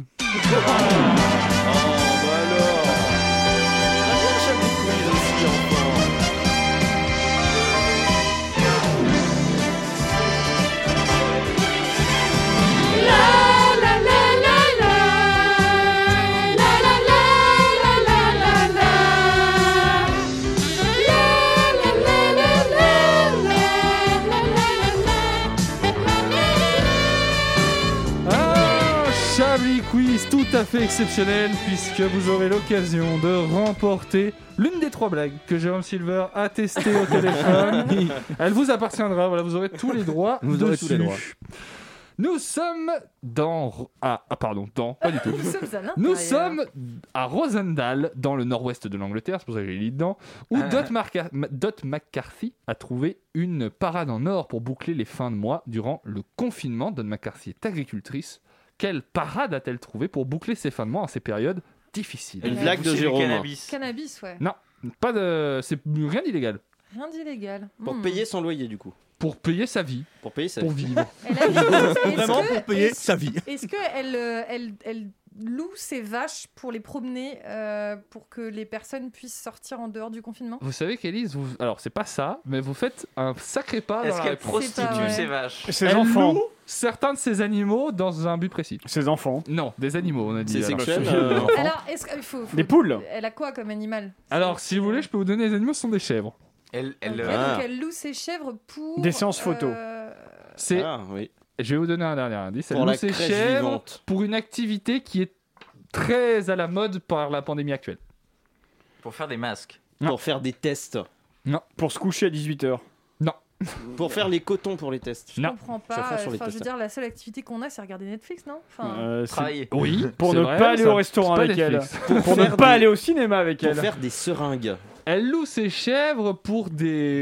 Un Chablis Quiz tout à fait exceptionnel puisque vous aurez l'occasion de remporter l'une des trois blagues que Jérôme Silver a testées au téléphone. Elle vous appartiendra, voilà, vous aurez tous les droits Vous aurez dessus. tous les droits. Nous sommes dans... Ah, ah, pardon, dans... Pas du tout. Nous sommes à l'intérieur. Nous sommes à Rosendal, dans le nord-ouest de l'Angleterre, c'est pour ça que j'ai dit dedans, où Ah. Dot, Marca- Ma- Dot McCarthy a trouvé une parade en or pour boucler les fins de mois durant le confinement. Dot McCarthy est agricultrice. Quelle parade a-t-elle trouvé pour boucler ses fins de mois en ces périodes difficiles? Une blague de Jérôme. Cannabis. Cannabis, ouais. Non, pas de... c'est rien d'illégal. Rien d'illégal. Pour Hmm. payer son loyer, du coup. Pour payer sa vie, Pour payer sa pour vie. vivre. Elle a dit- est-ce Vraiment que- pour payer est-ce- sa vie. Est-ce qu'elle elle, elle, elle loue ses vaches pour les promener euh, pour que les personnes puissent sortir en dehors du confinement? Vous savez qu'Élise, vous... alors c'est pas ça, mais vous faites un sacré pas dans Est-ce la qu'elle réponse. prostitue C'est pas vrai. ses vaches? Ses Elle enfants. loue certains de ces animaux dans un but précis. Ses enfants. Non, des animaux, on a dit. C'est alors. sexuel. c'est- euh, Alors, est-ce qu'il faut, faut- Des poules. Elle a quoi comme animal? Alors, si vous voulez, je peux vous donner les animaux, ce sont des chèvres. Elle, elle, Ok, euh, donc elle loue ses chèvres pour Des séances photo. euh, C'est, Ah, oui. je vais vous donner un dernier indice. Elle Pour loue la ses crèche chèvres vivante. pour une activité qui est très à la mode par la pandémie actuelle. pour faire des masques. Non. Pour faire des tests. Pour se coucher à dix-huit heures. Pour faire les cotons pour les tests. Je Non. comprends Je suis à pas. fond sur les Enfin, je veux tests. dire, la seule activité qu'on a, c'est regarder Netflix, non? Enfin, Euh, c'est Travailler. Oui. pour c'est ne vrai, pas aller ça- au restaurant c'est pas avec elle. Netflix. Pour ne faire pas des- aller au cinéma avec Pour elle. faire des seringues. Elle loue ses chèvres pour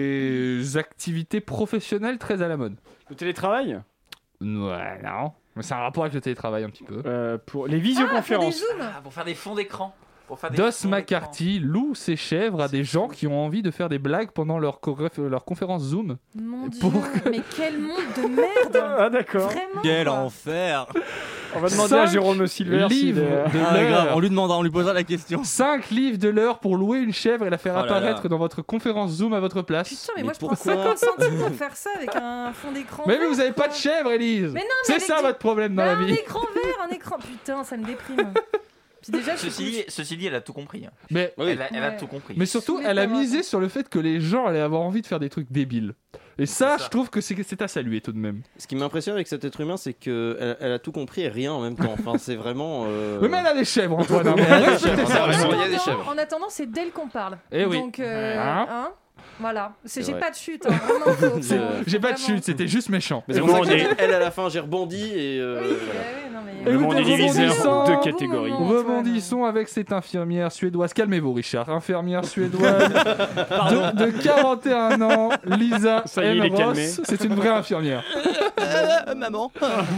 des activités professionnelles très à la mode. Le télétravail. Ouais, non. Mais c'est un rapport avec le télétravail un petit peu. Euh, pour les ah, pour des visioconférences. zooms. Ah, pour faire des fonds d'écran. Pour faire des Dos fonds McCarthy loue ses chèvres à des gens qui ont envie de faire des blagues pendant leur, choré- leur conférence Zoom. Mon Dieu, Pour- mais quel monde de merde. Ah d'accord. Vraiment. Quel quoi. enfer. On va demander à Cinq Jérôme Silver s'il livres est- de Ah, grave, l'heure. on lui demandera, on lui posera la question. cinq livres de l'heure pour louer une chèvre et la faire Oh là apparaître là. dans votre conférence Zoom à votre place. Putain, mais, Mais moi je prends pourquoi cinquante centimes pour faire ça avec un fond d'écran. Mais, vert, vous avez pas quoi. de chèvre, Élise. Mais non, mais C'est avec ça du- votre problème dans Bah, la un vie. écran vert, un écran. Putain, ça me déprime. Puis déjà, je suis Ceci dit, ceci dit, elle a tout compris. hein. Mais, Elle, a, elle a Ouais. tout compris. mais surtout, Saoulée elle a d'avoir misé ça. sur le fait que les gens allaient avoir envie de faire des trucs débiles. Et ça, ça. je trouve que c'est c'est à saluer tout de même. Ce qui m'impressionne avec cet être humain, c'est qu'elle elle a tout compris et rien en même temps. Enfin, c'est vraiment. euh, Oui, mais elle a des chèvres, Antoine. hein. Elle a des Respectez chèvres, ça. c'est vrai. En il y a des attendant- chèvres. En attendant, c'est d'elle qu'on parle. Eh oui. Donc, euh, Hein hein Voilà, c'est, C'est j'ai vrai. pas de chute. Hein. Vraiment, faut- faut- C'est- faut J'ai pas de vraiment- chute, c'était juste méchant. Mais c'est pour ça que elle à la fin j'ai rebondi et euh, Oui, voilà. bah oui, non, mais- Et Le vous monde est divisé en rebondissons- deux catégories. Rebondissons avec cette infirmière suédoise. Calmez-vous, Richard. Infirmière suédoise de, de quarante et un ans, Lisa Ça y est, il est N. calmé. Ross. C'est une vraie infirmière. Euh, maman.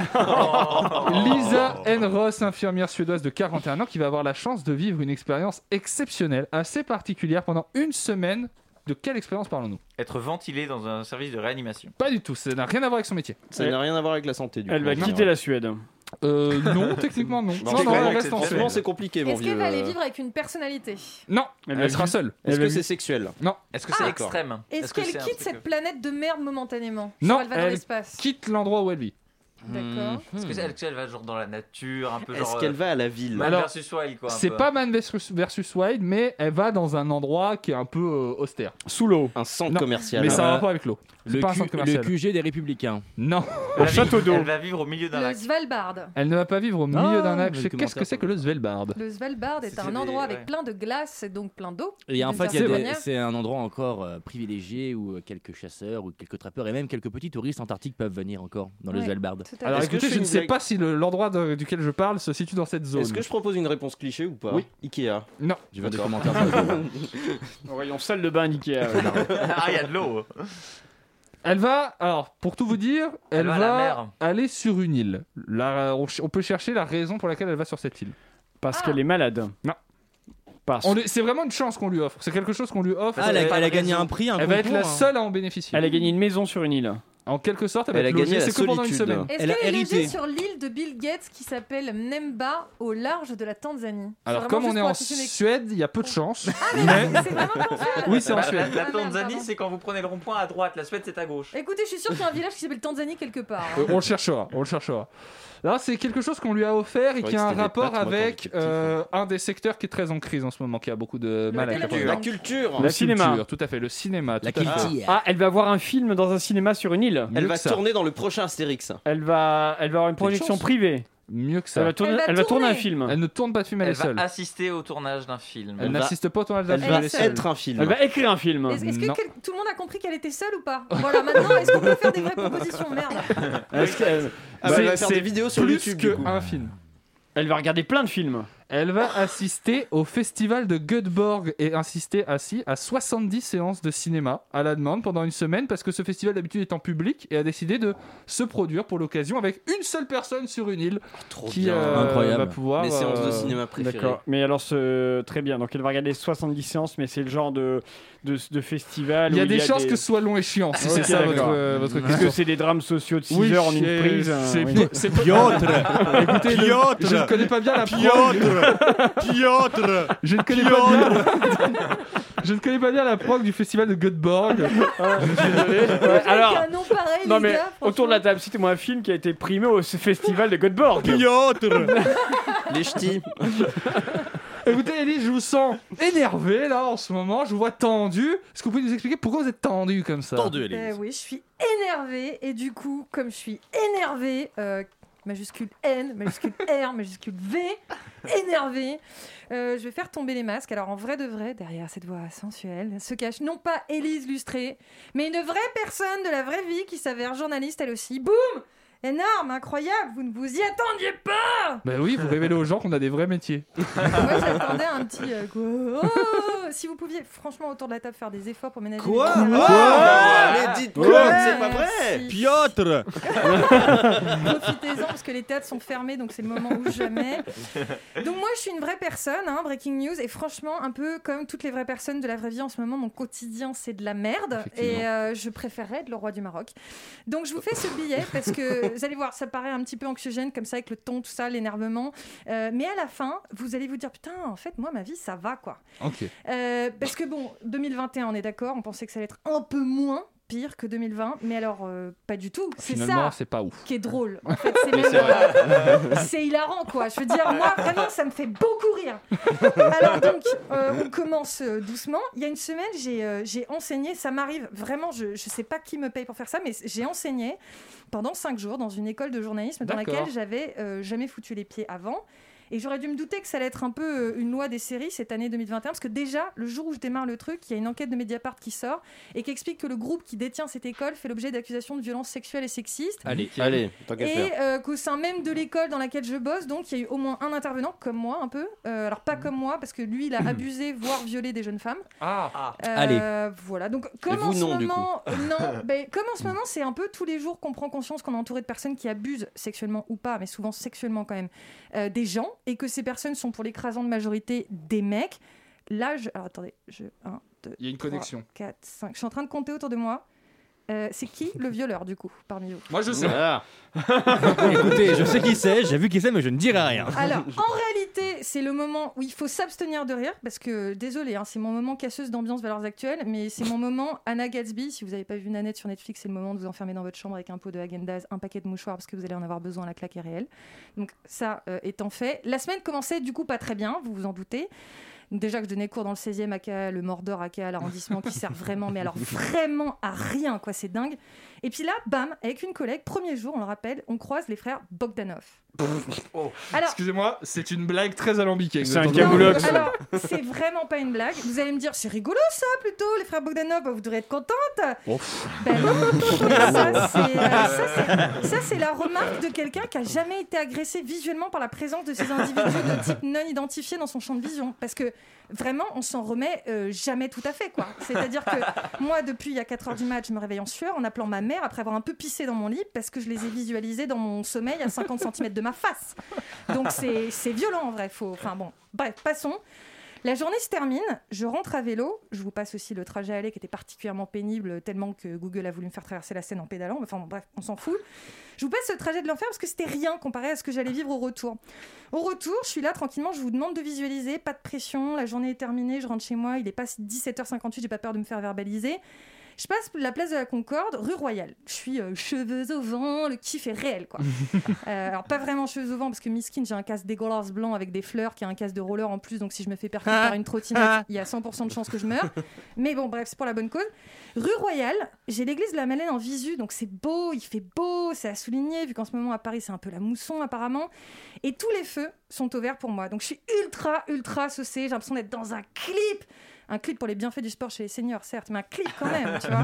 Lisa N. Ross, infirmière suédoise de quarante et un ans, qui va avoir la chance de vivre une expérience exceptionnelle, assez particulière, pendant une semaine. De quelle expérience parlons-nous? Être ventilé dans un service de réanimation. Pas du tout, ça n'a rien à voir avec son métier. Ça n'a rien à voir avec la santé du Elle coup. va on quitter dirait. la Suède. Euh, non, techniquement non. Non, Non, non, c'est- elle reste en franchement, Suède. c'est compliqué mon Est-ce vieux. qu'elle va aller euh. vivre avec une personnalité? Non, Elle elle, va sera vivre- seule. Est-ce Elle que va- c'est sexuel? Non, Est-ce que c'est Ah. extrême? Est-ce que qu'elle c'est un quitte truc- cette planète de merde momentanément? non, Genre, elle va dans elle l'espace. quitte l'endroit où elle vit. D'accord. Est-ce que c'est- elle va genre dans la nature, un peu genre. Est-ce qu'elle va à la ville? Man Alors, versus Wild quoi. un C'est peu. pas Man versus, versus Wild, mais elle va dans un endroit qui est un peu euh, austère. Sous l'eau. Un centre Non, commercial. Mais ça a un Euh, rapport avec l'eau. C'est Le, pas un Q- centre le commercial. Q G des Républicains. Non, Elle Un va château vivre- d'eau. Elle va vivre au milieu d'un Le lac. Svalbard. elle ne va pas vivre au milieu Ah, d'un lac. le Je sais- Qu'est-ce que commentaire, c'est que le Svalbard? Le Svalbard est C'était un des- endroit avec ouais. plein de glace et donc plein d'eau. Et en d'une fait, il y a certaine des- manière. c'est un endroit encore euh, privilégié où euh, quelques chasseurs ou quelques trappeurs et même quelques petits touristes antarctiques peuvent venir encore dans le Ouais. Svalbard. Tout à Alors Est-ce que écoutez, je je fais ne une sais blague pas si le- l'endroit de- duquel je parle se situe dans cette zone. Est-ce que je propose une réponse cliché ou pas? Oui. Ikea. Non. Je veux des D'accord. commentaires. sur le Svalbard. Voyons, salle de bain Ikea. Ah, il y a de l'eau. Elle va, alors pour tout vous dire, elle, Elle va à va, la mer. aller sur une île. Là, on, ch- on peut chercher la raison pour laquelle elle va sur cette île. Parce qu'elle est malade. Non. Parce On lui- C'est vraiment une chance qu'on lui offre. C'est quelque chose qu'on lui offre. Ah, elle a, pas elle de a gagné raison. un prix, un Elle va être concours, la hein. seule à en bénéficier. elle a gagné une maison sur une île. En quelque sorte, elle va Elle être a gagné logée. la C'est que pendant une solitude. semaine. Est-ce Elle a qu'elle est hérité. logée sur l'île de Bill Gates qui s'appelle Mnemba au large de la Tanzanie? C'est Alors vraiment comme on juste est pour en impressionner- Suède, il y a peu de chance. Ah, mais mais- c'est vraiment en Suède. Oui, c'est en Bah, Suède. La, la Ah, merde, Tanzanie, pardon. c'est quand vous prenez le rond-point à droite. La Suède, c'est à gauche. Écoutez, je suis sûr qu'il y a un village qui s'appelle Tanzanie quelque part. hein. Euh, on le cherchera, on le cherchera. Là, c'est quelque chose qu'on lui a offert et croyais qui a que un c'était des rapport pâtes, moi, quand avec j'étais petit, euh, un des secteurs qui est très en crise en ce moment, qui a beaucoup de mal à lequel, capter. La La culture. Le La cinéma. culture, tout à fait, le cinéma. La tout à fait. culture. Ah, elle va voir un film dans un cinéma sur une île. Elle Mieux va que ça. tourner dans le prochain Astérix. Elle va, elle va avoir une projection chance. privée. Mieux que Elle ça. va tourner, Elle va elle va tourner un tourner. film. Elle ne tourne pas de film, elle, Elle est seule. va assister au tournage d'un film. Elle Elle va- n'assiste pas au tournage d'un Elle film, va elle est seule. être un film. Elle va écrire un film. Est-ce, est-ce que Non. quel- tout le monde a compris qu'elle était seule ou pas? Voilà, maintenant, est-ce qu'on peut faire des vraies propositions? Merde. Est-ce qu'elle- Ah, bah, elle va C'est- faire c'est des vidéos sur plus YouTube. que du coup. un film. Elle va regarder plein de films. Elle va assister au festival de Göteborg et assister assis à soixante-dix séances de cinéma à la demande pendant une semaine parce que ce festival d'habitude est en public et a décidé de se produire pour l'occasion avec une seule personne sur une île Trop qui bien. euh, Incroyable. va pouvoir. Mes séances de euh, cinéma préférées. D'accord. Mais alors, ce... très bien. Donc, elle va regarder soixante-dix séances, mais c'est le genre de, de, de festival. Il y a où des chances des- que ce soit long et chiant si Ok, c'est ça votre, d'accord. euh, votre Parce question. que c'est des drames sociaux de six Oui, heures en une c'est- prise. euh, c'est oui. peu- c'est peu- Écoutez, le- je ne connais pas bien la prog. Piotr Je ne connais pas bien. Je ne connais pas bien la prog du festival de Göteborg. Je suis désolé. Ouais, Avec alors, un nom pareil, non les mais gars, autour de la table, citez-moi un film qui a été primé au festival de Göteborg. Piotr Les ch'tis. Écoutez, Elise, je vous sens énervé là en ce moment. Je vous vois tendu. Est-ce que vous pouvez nous expliquer pourquoi vous êtes tendu comme ça? Tendu, Eh Elise. oui, je suis énervée et du coup, comme je suis énervée, euh, majuscule N, majuscule R, majuscule V, énervée, euh, je vais faire tomber les masques. Alors en vrai de vrai, derrière cette voix sensuelle, se cache non pas Élise Lustré, mais une vraie personne de la vraie vie qui s'avère journaliste elle aussi. Boum! Énorme, incroyable, vous ne vous y attendiez pas! Bah oui, vous révélez aux gens qu'on a des vrais métiers. Moi j'attendais un petit euh, quoi. Oh, si vous pouviez franchement autour de la table faire des efforts pour ménager Quoi les Quoi caméras. Mais dites quoi Ouais, C'est pas vrai. si. Piotr Profitez-en parce que les théâtres sont fermés donc c'est le moment où jamais. Donc moi je suis une vraie personne, hein, breaking news, et franchement un peu comme toutes les vraies personnes de la vraie vie en ce moment, mon quotidien c'est de la merde et euh, je préférerais être le roi du Maroc. Donc je vous fais ce billet parce que vous allez voir, ça paraît un petit peu anxiogène comme ça avec le ton, tout ça, l'énervement, euh, mais à la fin vous allez vous dire putain en fait moi ma vie ça va quoi. Ok. Euh, parce que bon, deux mille vingt et un, on est d'accord, on pensait que ça allait être un peu moins pire que deux mille vingt, mais alors euh, pas du tout. C'est Finalement, ça c'est pas ouf. qui est drôle. En fait, c'est Mais même, c'est vrai. euh, c'est hilarant, quoi. Je veux dire, moi, vraiment, ça me fait beaucoup rire. Alors donc, euh, on commence euh, doucement. Il y a une semaine, j'ai euh, j'ai enseigné. Ça m'arrive vraiment. Je je sais pas qui me paye pour faire ça, mais j'ai enseigné pendant cinq jours dans une école de journalisme dans D'accord. laquelle j'avais euh, jamais foutu les pieds avant. Et j'aurais dû me douter que ça allait être un peu une loi des séries cette année deux mille vingt et un, parce que déjà, le jour où je démarre le truc, il y a une enquête de Mediapart qui sort et qui explique que le groupe qui détient cette école fait l'objet d'accusations de violences sexuelles et sexistes. Allez, allez, tant qu'à Et faire. euh, qu'au sein même de l'école dans laquelle je bosse, donc il y a eu au moins un intervenant, comme moi un peu. Euh, alors pas comme moi, parce que lui, il a abusé, voire violé des jeunes femmes. Ah, Euh, Allez. Voilà, donc comme vous, en ce non, du moment, non, ben, comme en ce moment, c'est un peu tous les jours qu'on prend conscience qu'on est entouré de personnes qui abusent sexuellement ou pas, mais souvent sexuellement quand même, euh, des gens, et que ces personnes sont pour l'écrasante majorité des mecs. Là, je... Alors attendez, je... un, deux, Il y a une trois, connexion. quatre, cinq. Je suis en train de compter autour de moi. Euh, c'est qui le violeur du coup parmi vous? Moi je sais. Ah. Écoutez, je sais qui c'est, j'ai vu qui c'est, mais je ne dirai rien. Alors, en réalité, c'est le moment où il faut s'abstenir de rire, parce que, désolé, hein, c'est mon moment casseuse d'ambiance valeurs actuelles, mais c'est mon moment Anna Gatsby. Si vous n'avez pas vu Nanette sur Netflix, c'est le moment de vous enfermer dans votre chambre avec un pot de Häagen-Dazs, un paquet de mouchoirs, parce que vous allez en avoir besoin, la claque est réelle. Donc ça euh, étant fait, la semaine commençait du coup pas très bien, vous vous en doutez. Déjà que je donnais cours dans le seizième A K A, le Mordor A K A, l'arrondissement qui sert vraiment, mais alors vraiment à rien, quoi, c'est dingue. Et puis là, bam, avec une collègue, premier jour, on le rappelle, on croise les frères Bogdanov. Oh. Alors- Excusez-moi, c'est une blague très alambiquée. C'est un Vous êtes en- camoulox. Alors, c'est vraiment pas une blague. Vous allez me dire, c'est rigolo ça, plutôt, les frères Bogdanov, bah, vous devrez être contente. Ben non, ça, c'est, euh, ça, c'est- ça, c'est la remarque de quelqu'un qui a jamais été agressé visuellement par la présence de ces individus de type non identifié dans son champ de vision. Parce que vraiment, on s'en remet euh, jamais tout à fait, quoi. C'est-à-dire que moi, depuis il y a quatre heures du mat, je me réveille en sueur en appelant ma mère après avoir un peu pissé dans mon lit parce que je les ai visualisés dans mon sommeil à cinquante centimètres de ma face. Donc c'est, c'est violent en vrai. Faut... Enfin bon, bref, passons. La journée se termine, je rentre à vélo, je vous passe aussi le trajet aller qui était particulièrement pénible tellement que Google a voulu me faire traverser la Seine en pédalant, enfin bon, bref, on s'en fout. Je vous passe le trajet de l'enfer parce que c'était rien comparé à ce que j'allais vivre au retour. Au retour, je suis là tranquillement, je vous demande de visualiser, pas de pression, la journée est terminée, je rentre chez moi, il est pas dix-sept heures cinquante-huit, j'ai pas peur de me faire verbaliser. Je passe la place de la Concorde, rue Royale. Je suis euh, cheveux au vent, le kiff est réel, quoi. Euh, alors, pas vraiment cheveux au vent, parce que miskin, j'ai un casque dégueulasse blanc avec des fleurs, qui a un casque de roller en plus, donc si je me fais percuter par une trottinette, il y a cent pour cent de chances que je meure. Mais bon, bref, c'est pour la bonne cause. Rue Royale, j'ai l'église de la Madeleine en visu, donc c'est beau, il fait beau, c'est à souligner, vu qu'en ce moment à Paris, c'est un peu la mousson, apparemment. Et tous les feux sont au vert pour moi. Donc je suis ultra, ultra saucée, j'ai l'impression d'être dans un clip. Un clip pour les bienfaits du sport chez les seniors, certes, mais un clip quand même, tu vois.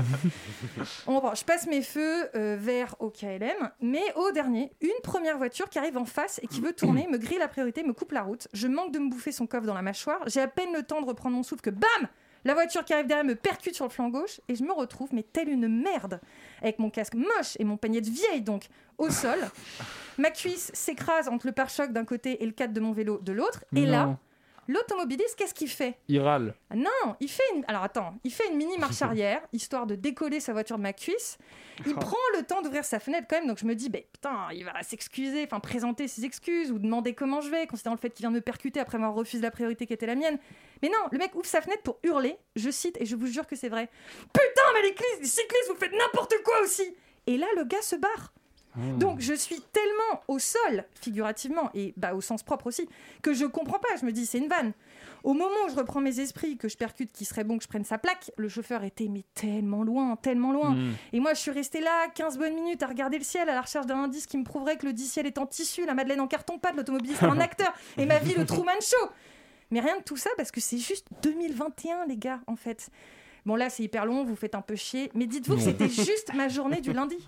On, bon, je passe mes feux euh, vers au K L M, mais au dernier, une première voiture qui arrive en face et qui veut tourner, me grille la priorité, me coupe la route. Je manque de me bouffer son coffre dans la mâchoire. J'ai à peine le temps de reprendre mon souffle que bam, la voiture qui arrive derrière me percute sur le flanc gauche et je me retrouve, mais telle une merde, avec mon casque moche et mon panier de vieille, donc, au sol. Ma cuisse s'écrase entre le pare-choc d'un côté et le cadre de mon vélo de l'autre. Et Non. là, l'automobiliste, qu'est-ce qu'il fait ? Il râle. Ah non, il fait une... Alors attends, il fait une mini marche arrière, histoire de décoller sa voiture de ma cuisse. Il Oh. prend le temps d'ouvrir sa fenêtre quand même, donc je me dis, bah, putain, il va s'excuser, enfin présenter ses excuses ou demander comment je vais, considérant le fait qu'il vient de me percuter après avoir refusé la priorité qui était la mienne. Mais non, le mec ouvre sa fenêtre pour hurler, je cite, et je vous jure que c'est vrai. Putain, mais les cyclistes, les cyclistes, vous faites n'importe quoi aussi. Et là, le gars se barre. Donc je suis tellement au sol, figurativement, et bah, au sens propre aussi, que je comprends pas, je me dis c'est une vanne. Au moment où je reprends mes esprits, que je percute qu'il serait bon que je prenne sa plaque, le chauffeur était mais tellement loin, tellement loin. Mm. Et moi je suis restée là quinze bonnes minutes à regarder le ciel, à la recherche d'un indice qui me prouverait que le dit ciel est en tissu, la Madeleine en carton-pâte, l'automobiliste est un acteur, et ma vie le Truman Show. Mais rien de tout ça parce que c'est juste deux mille vingt et un les gars en fait. Bon là c'est hyper long, vous faites un peu chier, mais dites-vous que c'était juste ma journée du lundi.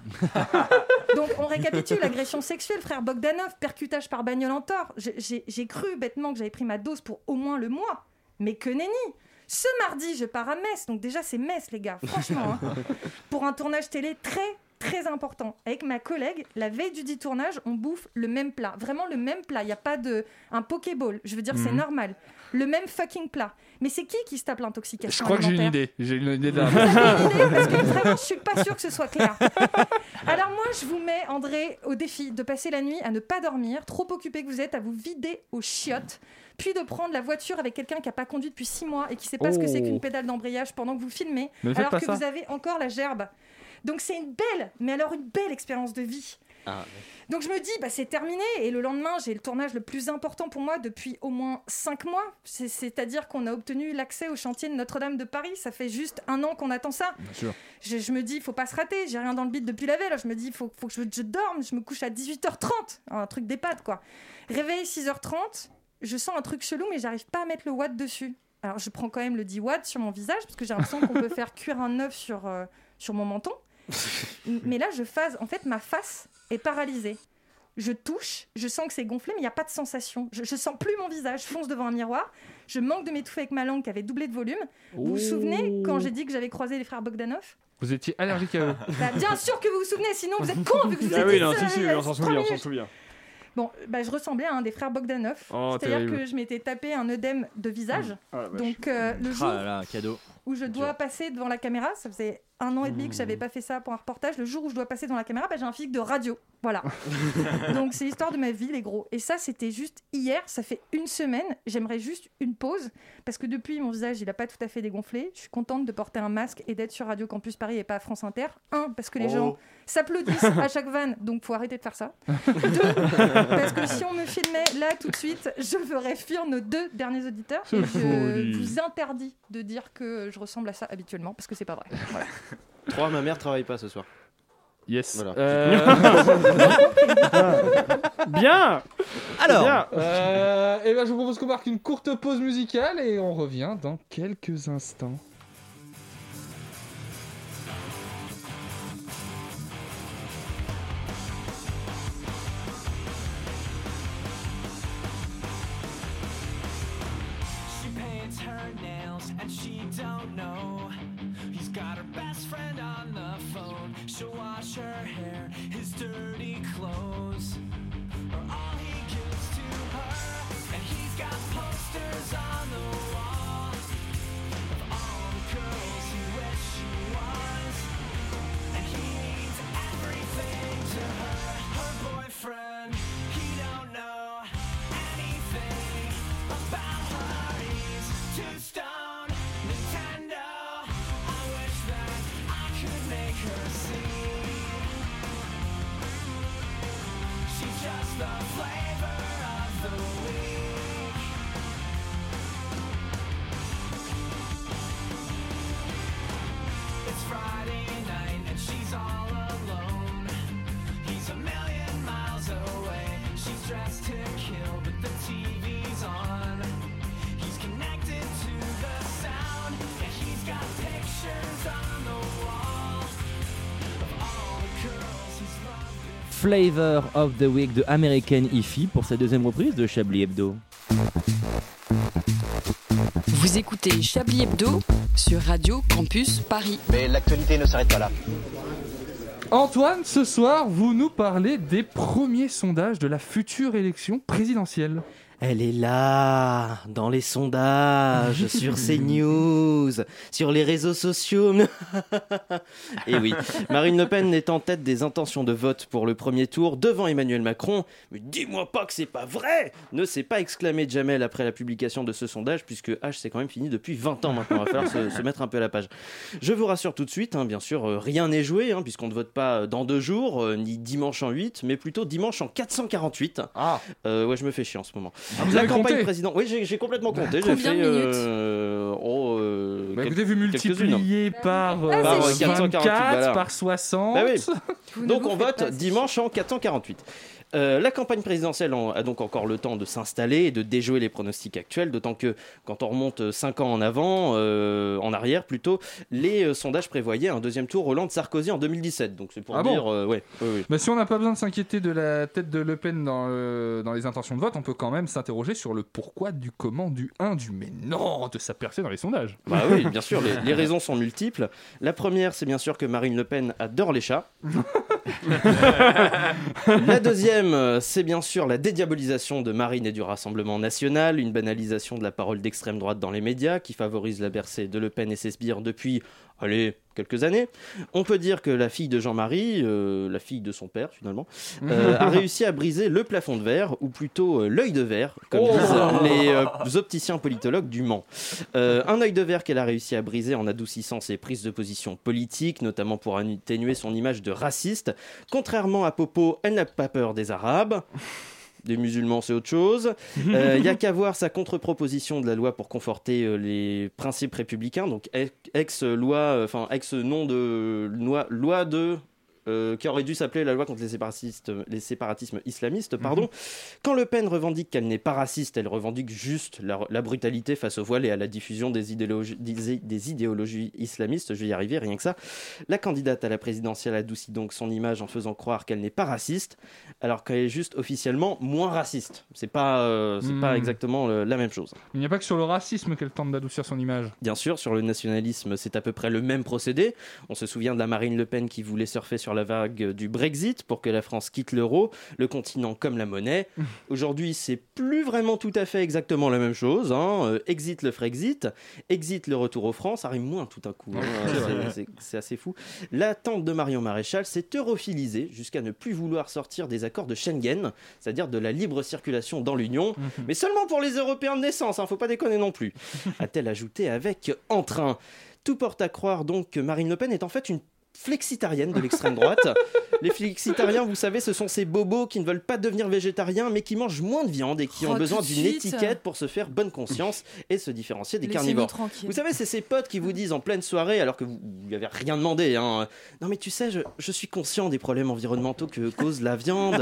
Donc on récapitule, agression sexuelle, frère Bogdanov, percutage par bagnole en tort. J'ai, j'ai, j'ai cru bêtement que j'avais pris ma dose pour au moins le mois, mais que nenni. Ce mardi je pars à Metz, donc déjà c'est Metz les gars, franchement, hein, pour un tournage télé très très important. Avec ma collègue, la veille du dit tournage, on bouffe le même plat, vraiment le même plat, il n'y a pas de un pokéball, je veux dire c'est Mhm. normal. Le même fucking plat. Mais c'est qui qui se tape l'intoxication Je crois que j'ai une alimentaire idée. J'ai une idée d'un. Vous avez une idée parce que vraiment, je suis pas sûre que ce soit clair. Alors moi, je vous mets, André, au défi de passer la nuit à ne pas dormir, trop occupé que vous êtes, à vous vider aux chiottes, puis de prendre la voiture avec quelqu'un qui n'a pas conduit depuis six mois et qui sait pas ce que c'est Oh. qu'une pédale d'embrayage pendant que vous filmez, Ne faites alors pas que ça. vous avez encore la gerbe. Donc c'est une belle, mais alors une belle expérience de vie. Ah. Donc je me dis, bah, c'est terminé. Et le lendemain, j'ai le tournage le plus important pour moi depuis au moins cinq mois. C'est, c'est-à-dire qu'on a obtenu l'accès au chantier de Notre-Dame de Paris. Ça fait juste un an qu'on attend ça. Bien sûr. Je, je me dis, il faut pas se rater. J'ai rien dans le bide depuis la veille. Je me dis, il faut, faut que je, je dorme. Je me couche à dix-huit heures trente. Un truc d'EHPAD, quoi. Réveil six heures trente. Je sens un truc chelou, mais j'arrive pas à mettre le watt dessus. Alors je prends quand même le dix watts sur mon visage, parce que j'ai l'impression qu'on peut faire cuire un œuf sur, euh, sur mon menton. Mais là, je phase. En fait, ma face est paralysée. Je touche, je sens que c'est gonflé, mais il n'y a pas de sensation. Je, je sens plus mon visage. Je fonce devant un miroir. Je manque de m'étouffer avec ma langue qui avait doublé de volume. Vous vous souvenez quand j'ai dit que j'avais croisé les frères Bogdanov ? Vous étiez allergique à eux. Bah, bien sûr que vous vous souvenez, sinon vous êtes cons vu que vous Ah êtes oui, dit non, ça, si, si, il y a on s'en trois souvient, on s'en minutes. souvient. Bon, bah, je ressemblais à un des frères Bogdanov. Oh, C'est-à-dire terrible. que je m'étais tapé un œdème de visage. Ah, la vache. Donc, euh, le jour Ah là là, cadeau. où je dois passer devant la caméra, ça faisait un an et demi que je n'avais pas fait ça pour un reportage. Le jour où je dois passer devant la caméra, bah, j'ai un physique de radio. Voilà. Donc, c'est l'histoire de ma vie, les gros. Et ça, c'était juste hier. Ça fait une semaine. J'aimerais juste une pause. Parce que depuis, mon visage, il n'a pas tout à fait dégonflé. Je suis contente de porter un masque et d'être sur Radio Campus Paris et pas à France Inter. Un, parce que les Oh. gens s'applaudissent à chaque vanne. Donc, faut arrêter de faire ça. Deux, parce que si on me filmait là tout de suite, je ferais fuir nos deux derniers auditeurs. C'est Et je folie. vous interdis de dire que je ressemble à ça habituellement, parce que c'est pas vrai. Voilà. Trois, ma mère travaille pas ce soir. Yes. Voilà. Euh... Bien. Alors, Bien. Euh, et ben, je vous propose qu'on marque une courte pause musicale et on revient dans quelques instants. She paints her nails and she don't know he's got her best friend on the phone. She'll wash her hair, his dirty clothes are all he gives to her. And he's got posters on the wall of all the girls he wished she was. And he means everything to her. Her boyfriend, he don't know anything about her. He's too stoned. Nintendo, I wish that I could make her see. She's just the flavor of the week. It's Friday night and she's all alone. He's a million miles away. She's dressed to kill, but the T V's on. He's connected to the sound, and he's got pictures on the wall of all the girls he's loved. Flavor of the Week de American Hi-Fi pour sa deuxième reprise de Chablis Hebdo. Vous écoutez Chablis Hebdo sur Radio Campus Paris. Mais l'actualité ne s'arrête pas là. Antoine, ce soir, vous nous parlez des premiers sondages de la future élection présidentielle. Elle est là, dans les sondages, sur CNews, sur les réseaux sociaux. Et oui, Marine Le Pen est en tête des intentions de vote pour le premier tour devant Emmanuel Macron. Mais dis-moi pas que c'est pas vrai, ne s'est pas exclamé Jamel après la publication de ce sondage, puisque H c'est quand même fini depuis vingt ans maintenant. Il va falloir se, se mettre un peu à la page. Je vous rassure tout de suite, hein, bien sûr, euh, rien n'est joué, hein, puisqu'on ne vote pas dans deux jours, euh, ni dimanche en huit, mais plutôt dimanche en quatre cent quarante-huit. Ah. Euh, ouais, je me fais chier en ce moment. Ah, vous La avez campagne compté président. Oui, j'ai, j'ai complètement compté. Combien j'ai fait, de minutes euh, oh, euh, Bah, quel- écoutez, vu quelques-unes, hein. multiplié par, euh, Ah, Par, c'est euh, chiant. quatre cent quarante-huit, vingt-quatre, voilà. par soixante. Bah oui. Vous ne Donc vous on faites vote pas, c'est dimanche en quatre cent quarante-huit. Euh, la campagne présidentielle en- a donc encore le temps de s'installer et de déjouer les pronostics actuels, d'autant que quand on remonte cinq ans en avant, euh, en arrière plutôt, les euh, sondages prévoyaient un deuxième tour Hollande-Sarkozy en deux mille dix-sept. Donc c'est pour Ah bon dire, euh, ouais, ouais, ouais. Bah, si on n'a pas besoin de s'inquiéter de la tête de Le Pen dans, euh, dans les intentions de vote, on peut quand même s'interroger sur le pourquoi, du comment, du un, du mais non de sa percée dans les sondages. Bah oui, bien sûr, les, les raisons sont multiples. La première, c'est bien sûr que Marine Le Pen adore les chats. La deuxième, euh, c'est bien sûr la dédiabolisation de Marine et du Rassemblement national, une banalisation de la parole d'extrême droite dans les médias qui favorise la percée de Le Pen et ses sbires depuis, allez, quelques années. On peut dire que la fille de Jean-Marie, euh, la fille de son père finalement, euh, a réussi à briser le plafond de verre, ou plutôt euh, l'œil de verre, comme Oh. disent les euh, opticiens politologues du Mans. Euh, un œil de verre qu'elle a réussi à briser en adoucissant ses prises de position politiques, notamment pour atténuer son image de raciste. Contrairement à Popo, elle n'a pas peur des Arabes. Des musulmans, c'est autre chose. Il euh, n'y a qu'à voir sa contre-proposition de la loi pour conforter euh, les principes républicains, donc ex-loi, enfin euh, ex-nom de loi, loi de... Euh, qui aurait dû s'appeler la loi contre les, séparatistes, les séparatismes islamistes. Pardon. Mm-hmm. Quand Le Pen revendique qu'elle n'est pas raciste, elle revendique juste la, la brutalité face au voile et à la diffusion des idéologies, des, des idéologies islamistes. Je vais y arriver, rien que ça. La candidate à la présidentielle adoucit donc son image en faisant croire qu'elle n'est pas raciste, alors qu'elle est juste officiellement moins raciste. C'est pas, euh, c'est mm. pas exactement le, la même chose. Il n'y a pas que sur le racisme qu'elle tente d'adoucir son image. Bien sûr, sur le nationalisme, c'est à peu près le même procédé. On se souvient de la Marine Le Pen qui voulait surfer sur la vague du Brexit pour que la France quitte l'euro, le continent comme la monnaie. Aujourd'hui, c'est plus vraiment tout à fait exactement la même chose. Hein. Euh, exit le Frexit, exit le retour aux francs, ça rime moins tout à coup. Hein. C'est, c'est, c'est assez fou. La tante de Marion Maréchal s'est europhilisée jusqu'à ne plus vouloir sortir des accords de Schengen, c'est-à-dire de la libre circulation dans l'Union, mm-hmm. mais seulement pour les Européens de naissance, hein, faut pas déconner non plus. A-t-elle ajouté avec entrain. Tout porte à croire donc que Marine Le Pen est en fait une flexitarienne de l'extrême droite. Les flexitariens, vous savez, ce sont ces bobos qui ne veulent pas devenir végétariens, mais qui mangent moins de viande et qui oh, ont besoin d'une suite. étiquette pour se faire bonne conscience et se différencier des Laissez-nous carnivores. tranquille. Vous savez, c'est ces potes qui vous disent en pleine soirée, alors que vous lui avez rien demandé, hein, non mais tu sais, je, je suis conscient des problèmes environnementaux que cause la viande.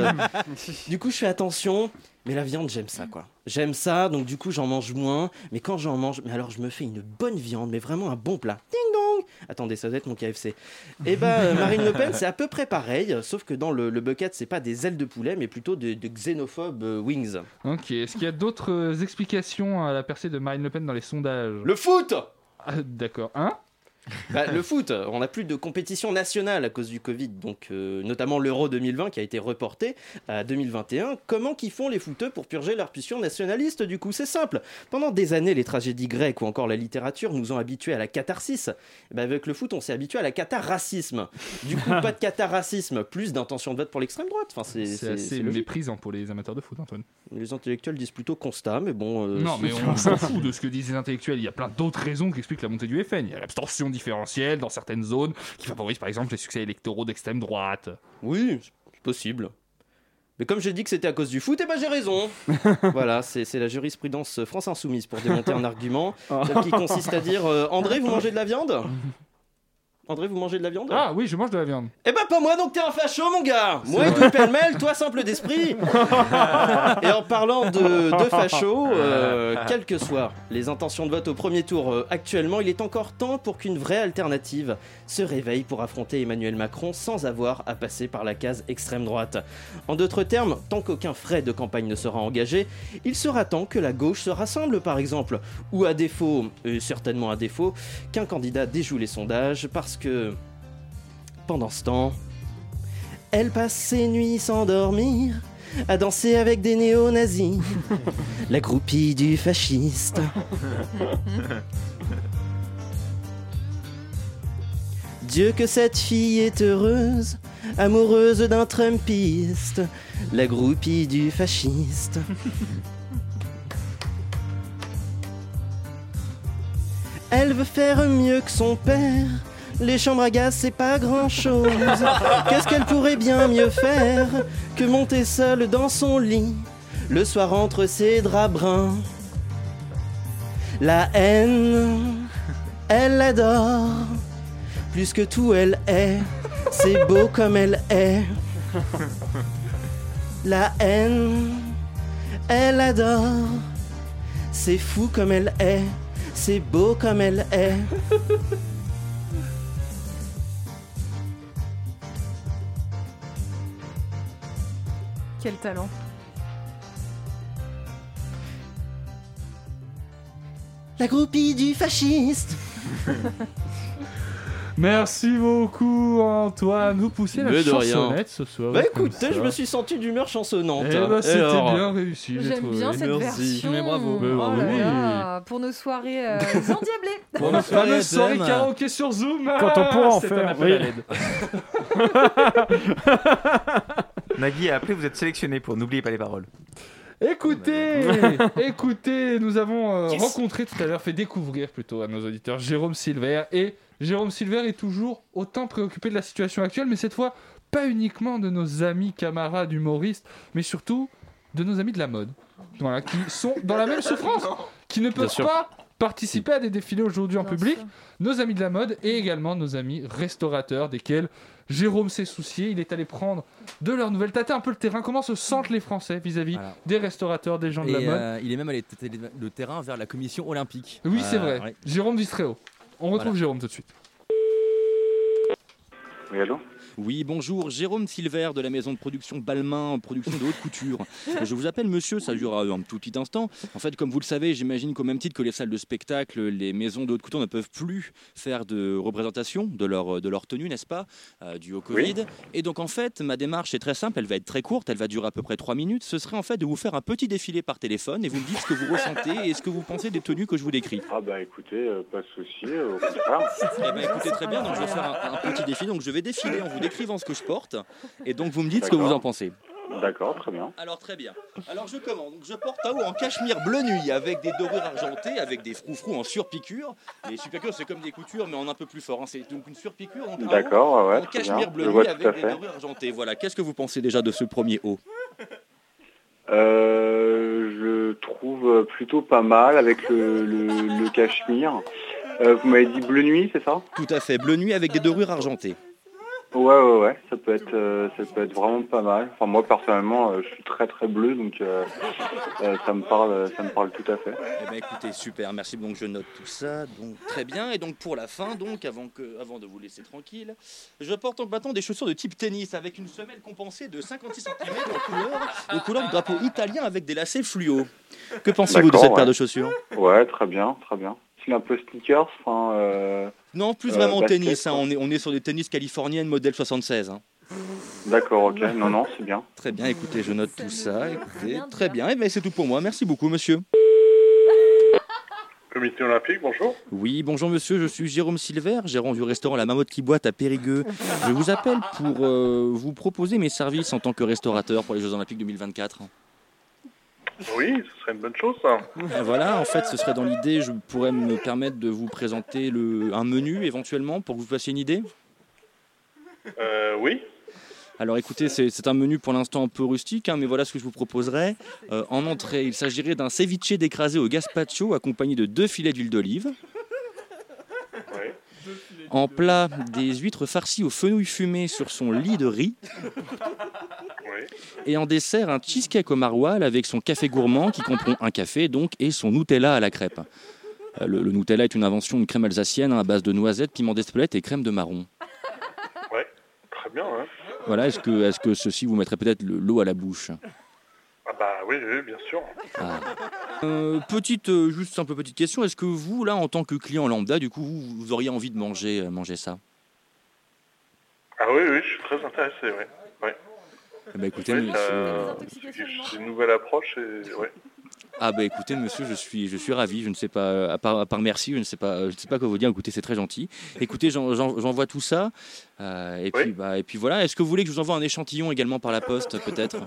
Du coup, je fais attention. Mais la viande, j'aime ça, quoi. J'aime ça, donc du coup, j'en mange moins. Mais quand j'en mange, mais alors je me fais une bonne viande, mais vraiment un bon plat. Ding dong. Attendez, ça doit être mon K F C. Et bah, euh, Marine Le Pen, c'est à peu près pareil, sauf que dans le, le bucket, c'est pas des ailes de poulet, mais plutôt de, de xénophobes euh, wings. Ok, est-ce qu'il y a d'autres euh, explications à la percée de Marine Le Pen dans les sondages ? Le foot. Ah, d'accord. Hein ? Bah, le foot, on n'a plus de compétition nationale à cause du Covid, donc euh, notamment l'Euro deux mille vingt qui a été reporté à deux mille vingt et un. Comment qu'ils font les footeux pour purger leur pulsion nationaliste du coup ? C'est simple. Pendant des années, les tragédies grecques ou encore la littérature nous ont habitués à la catharsis. Bah, avec le foot, on s'est habitué à la catharacisme. Du coup, pas de catharacisme, plus d'intention de vote pour l'extrême droite. Enfin, c'est, c'est, c'est assez méprisant pour les amateurs de foot, Antoine. Les intellectuels disent plutôt constat, mais bon... Euh, non, mais on s'en fout de ce que disent les intellectuels. Il y a plein d'autres raisons qui expliquent la montée du F N. Il y a l'abstention différentielle dans certaines zones qui favorise par exemple les succès électoraux d'extrême droite. Oui, c'est possible. Mais comme j'ai dit que c'était à cause du foot, eh ben j'ai raison. Voilà, c'est, c'est la jurisprudence France Insoumise pour démonter un argument qui consiste à dire euh, André, vous mangez de la viande ? André, vous mangez de la viande ? Ah oui, je mange de la viande. Eh ben pas moi, donc t'es un facho, mon gars. Moi, tout pêle-mêle, toi simple d'esprit. Et en parlant de, de facho, euh, quelles que soient les intentions de vote au premier tour euh, actuellement, il est encore temps pour qu'une vraie alternative se réveille pour affronter Emmanuel Macron sans avoir à passer par la case extrême droite. En d'autres termes, tant qu'aucun frais de campagne ne sera engagé, il sera temps que la gauche se rassemble, par exemple, ou à défaut, et certainement à défaut, qu'un candidat déjoue les sondages, parce que pendant ce temps, elle passe ses nuits sans dormir à danser avec des néo-nazis, la groupie du fasciste. Dieu que cette fille est heureuse, amoureuse d'un Trumpiste, la groupie du fasciste. Elle veut faire mieux que son père. Les chambres à gaz, c'est pas grand-chose. Qu'est-ce qu'elle pourrait bien mieux faire que monter seule dans son lit, le soir entre ses draps bruns. La haine, elle l'adore. Plus que tout, elle est. C'est beau comme elle est. La haine, elle adore. C'est fou comme elle est. C'est beau comme elle est. Quel talent. La groupie du fasciste. Merci beaucoup Antoine. Vous poussez la Mais de rien. chansonnette ce soir. Bah comme écoutez, ça. je me suis senti d'humeur chansonnante. Eh bah, c'était Alors, bien réussi. j'ai J'aime trouvé. bien cette Merci. version. Mais bravo. Mais Oh bravo. là Oui. là, pour nos soirées euh, endiablées. Pour notre fameuse soirée thème. karaoké sur Zoom. Quand on pourra en c'est faire, un appel oui. à l'aide. Nagui, après, vous êtes sélectionné pour N'oubliez pas les paroles. Écoutez, écoutez, nous avons euh, rencontré tout à l'heure, fait découvrir plutôt à nos auditeurs Jérôme Silver. Et Jérôme Silver est toujours autant préoccupé de la situation actuelle, mais cette fois, pas uniquement de nos amis camarades humoristes, mais surtout de nos amis de la mode. Voilà, qui sont dans la même souffrance, qui ne peuvent pas participer à des défilés aujourd'hui en Bien public. sûr. Nos amis de la mode et également nos amis restaurateurs, desquels Jérôme s'est soucié. Il est allé prendre de leurs nouvelles, tâter un peu le terrain. Comment se sentent les Français vis-à-vis Voilà. des restaurateurs, des gens de Et la mode. euh, il est même allé tâter le terrain vers la commission olympique. Oui, c'est Euh, vrai. ouais. Jérôme Distréo. On retrouve Voilà. Jérôme tout de suite. Oui, allô? Oui, bonjour, Jérôme Silver de la maison de production Balmain, production de haute couture. Je vous appelle monsieur, ça durera un tout petit instant. En fait, comme vous le savez, j'imagine qu'au même titre que les salles de spectacle, les maisons de haute couture ne peuvent plus faire de représentation de leur, de leur tenue, n'est-ce pas, euh, dû au Covid. Oui. Et donc en fait, ma démarche est très simple, elle va être très courte, elle va durer à peu près trois minutes. Ce serait en fait de vous faire un petit défilé par téléphone et vous me dites ce que vous ressentez et ce que vous pensez des tenues que je vous décris. Ah bah écoutez, euh, pas de souci, euh, au contraire. Eh ben écoutez très bien, donc je vais faire un, un petit défilé, donc je vais défiler en vous décrivant ce que je porte et donc vous me dites ce que vous en pensez. D'accord, très bien. Alors très bien. Alors je commence. Donc je porte un haut en cachemire bleu nuit avec des dorures argentées, avec des froufrous en surpiqûre. Les surpiqûres c'est comme des coutures mais en un peu plus fort. Hein. C'est donc une surpiqûre. Donc un D'accord, haut ouais, ouais, en très cachemire bien. bleu Je nuit vois tout avec à des fait. dorures argentées. Voilà. Qu'est-ce que vous pensez déjà de ce premier haut? Euh, je trouve plutôt pas mal avec le, le, le cachemire. Euh, vous m'avez dit bleu nuit, c'est ça? Tout à fait. Bleu nuit avec des dorures argentées. Ouais, ouais, ouais, ça peut être, euh, ça peut être vraiment pas mal. Enfin, moi personnellement, euh, je suis très très bleu, donc euh, euh, ça me parle, ça me parle tout à fait. Eh ben écoutez, super, merci. Donc je note tout ça, donc très bien. Et donc pour la fin, donc avant que, avant de vous laisser tranquille, je porte en maintenant des chaussures de type tennis avec une semelle compensée de cinquante-six centimètres en couleur, aux couleurs du drapeau italien avec des lacets fluo. Que pensez-vous de D'accord, cette ouais. paire de chaussures? Ouais, très bien, très bien. C'est un peu sneakers, enfin. Euh, Non, plus euh, vraiment basket, tennis. hein. quoi. On est, on est sur des tennis californiennes modèle soixante-seize. hein. D'accord, ok. Non, non, c'est bien. Très bien. Écoutez, je note Ça tout me ça. fait Écoutez, rien très dire. bien. Et bien c'est tout pour moi. Merci beaucoup, monsieur. Comité olympique, bonjour. Oui, bonjour monsieur, je suis Jérôme Silver, gérant du restaurant La Marmotte qui boite à Périgueux. Je vous appelle pour euh, vous proposer mes services en tant que restaurateur pour les Jeux Olympiques deux mille vingt-quatre. Oui, ce serait une bonne chose, ça. Et voilà, en fait, ce serait dans l'idée, je pourrais me permettre de vous présenter le, un menu éventuellement pour que vous fassiez une idée. Euh, oui. Alors écoutez, c'est c'est un menu pour l'instant un peu rustique, hein, mais voilà ce que je vous proposerais. Euh, en entrée, il s'agirait d'un ceviche d'écrasé au gazpacho accompagné de deux filets d'huile d'olive. Oui. En plat, des huîtres farcies aux fenouil fumé sur son lit de riz. Oui. Et en dessert, un cheesecake au maroilles avec son café gourmand qui comprend un café donc et son Nutella à la crêpe. Euh, Le, le Nutella est une invention d'une crème alsacienne hein, à base de noisettes, piment d'Espelette et crème de marron. Ouais, très bien, hein. Voilà, est-ce que, est-ce que ceci vous mettrait peut-être le- l'eau à la bouche? Ah bah oui, oui, bien sûr. Ah. Euh, Petite, euh, juste simple petite question, est-ce que vous, là, en tant que client lambda, du coup, vous, vous auriez envie de manger, euh, manger ça? Ah oui, oui, je suis très intéressé, oui. Ouais. Eh ben, écoutez, Oui, monsieur... ça- c'est une nouvelle approche et ouais. Ah bah écoutez monsieur, je suis, je suis ravi, je ne sais pas, à part, à part merci, je ne sais pas, je ne sais pas quoi vous dire, écoutez c'est très gentil. Écoutez, j'en- j'en- j'envoie tout ça, euh, et, Oui. puis, bah, et puis voilà, est-ce que vous voulez que je vous envoie un échantillon également par la poste peut-être?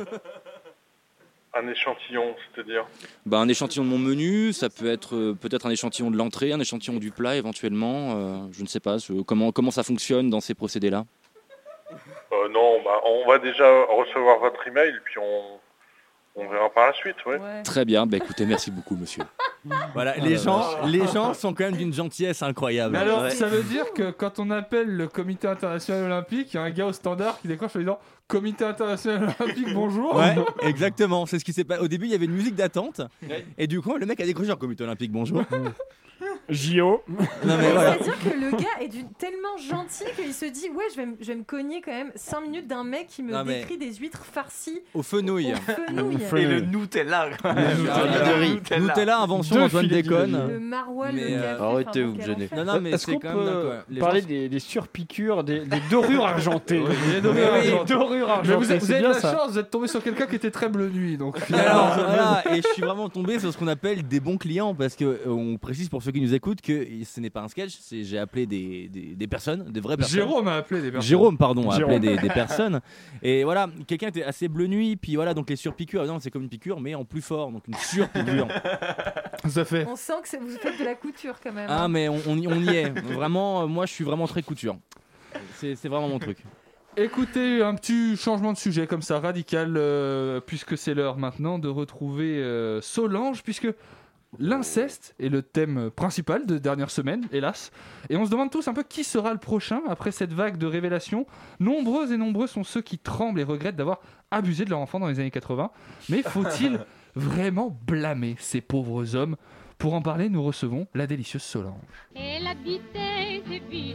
Un échantillon, c'est-à-dire Bah, un échantillon de mon menu, ça peut être euh, peut-être un échantillon de l'entrée, un échantillon du plat éventuellement, euh, je ne sais pas, ce- comment, comment ça fonctionne dans ces procédés-là? euh, Non, bah, on va déjà recevoir votre email, puis on, on verra par la suite, ouais. Très bien, bah écoutez, merci beaucoup monsieur. Voilà, Oh les la gens, vache. les gens sont quand même d'une gentillesse incroyable. Mais alors, Ouais. ça veut dire que quand on appelle le comité international olympique, il y a un gars au standard qui décroche en disant Comité international olympique, bonjour. Ouais, exactement. C'est ce qui s'est passé. Au début, il y avait une musique d'attente. Et du coup, le mec a décroché en comité olympique. Bonjour. J O. Non, mais voilà. C'est-à-dire que le gars est d'une- tellement gentil qu'il se dit ouais, je vais, me- je vais me cogner quand même cinq minutes d'un mec qui me Non, mais- décrit des huîtres farcies. Au fenouil. Au fenouil. Et le Nutella. quoi. Nutella. Nutella, invention Deux d'Antoine filets Déconne. d'huile. Le maroilles, Mais, le euh, café. arrêtez, enfin, vous bon, gênez. quel enfer. Non, non, mais Est-ce c'est qu'on quand même peut d'accord. Les parler gens- des, des surpiqûres, des, des dorures argentées Les dorures Oui, argentées. dorures Mais argentées, vous, avez- c'est vous avez de bien la ça. chance, vous êtes tombé sur quelqu'un qui était très bleu nuit. Donc, Et alors, voilà, et je suis vraiment tombé sur ce qu'on appelle des bons clients parce que euh, on précise pour ceux qui nous écoutent que ce n'est pas un sketch, c'est j'ai appelé des, des, des personnes, des vraies personnes. Jérôme a appelé des personnes. Jérôme, pardon, a Jérôme. appelé des, des personnes. Et voilà, quelqu'un était assez bleu nuit, puis voilà, donc les surpiqûres, évidemment, c'est comme une piqûre, mais en plus fort, donc une surpiqûre. Ça fait. On sent que c'est- vous faites de la couture quand même. Ah, hein. mais on, on y, on y est. Vraiment, euh, moi, je suis vraiment très couture. C'est c'est vraiment mon truc. Écoutez, un petit changement de sujet comme ça, radical, euh, puisque c'est l'heure maintenant de retrouver euh, Solange, puisque l'inceste est le thème principal de dernière semaine, hélas. Et on se demande tous un peu qui sera le prochain après cette vague de révélations. Nombreux et nombreux sont ceux qui tremblent et regrettent d'avoir abusé de leur enfant dans les années quatre-vingts. Mais faut-il vraiment blâmer ces pauvres hommes ? Pour en parler, nous recevons la délicieuse Solange. Elle habitait ces villes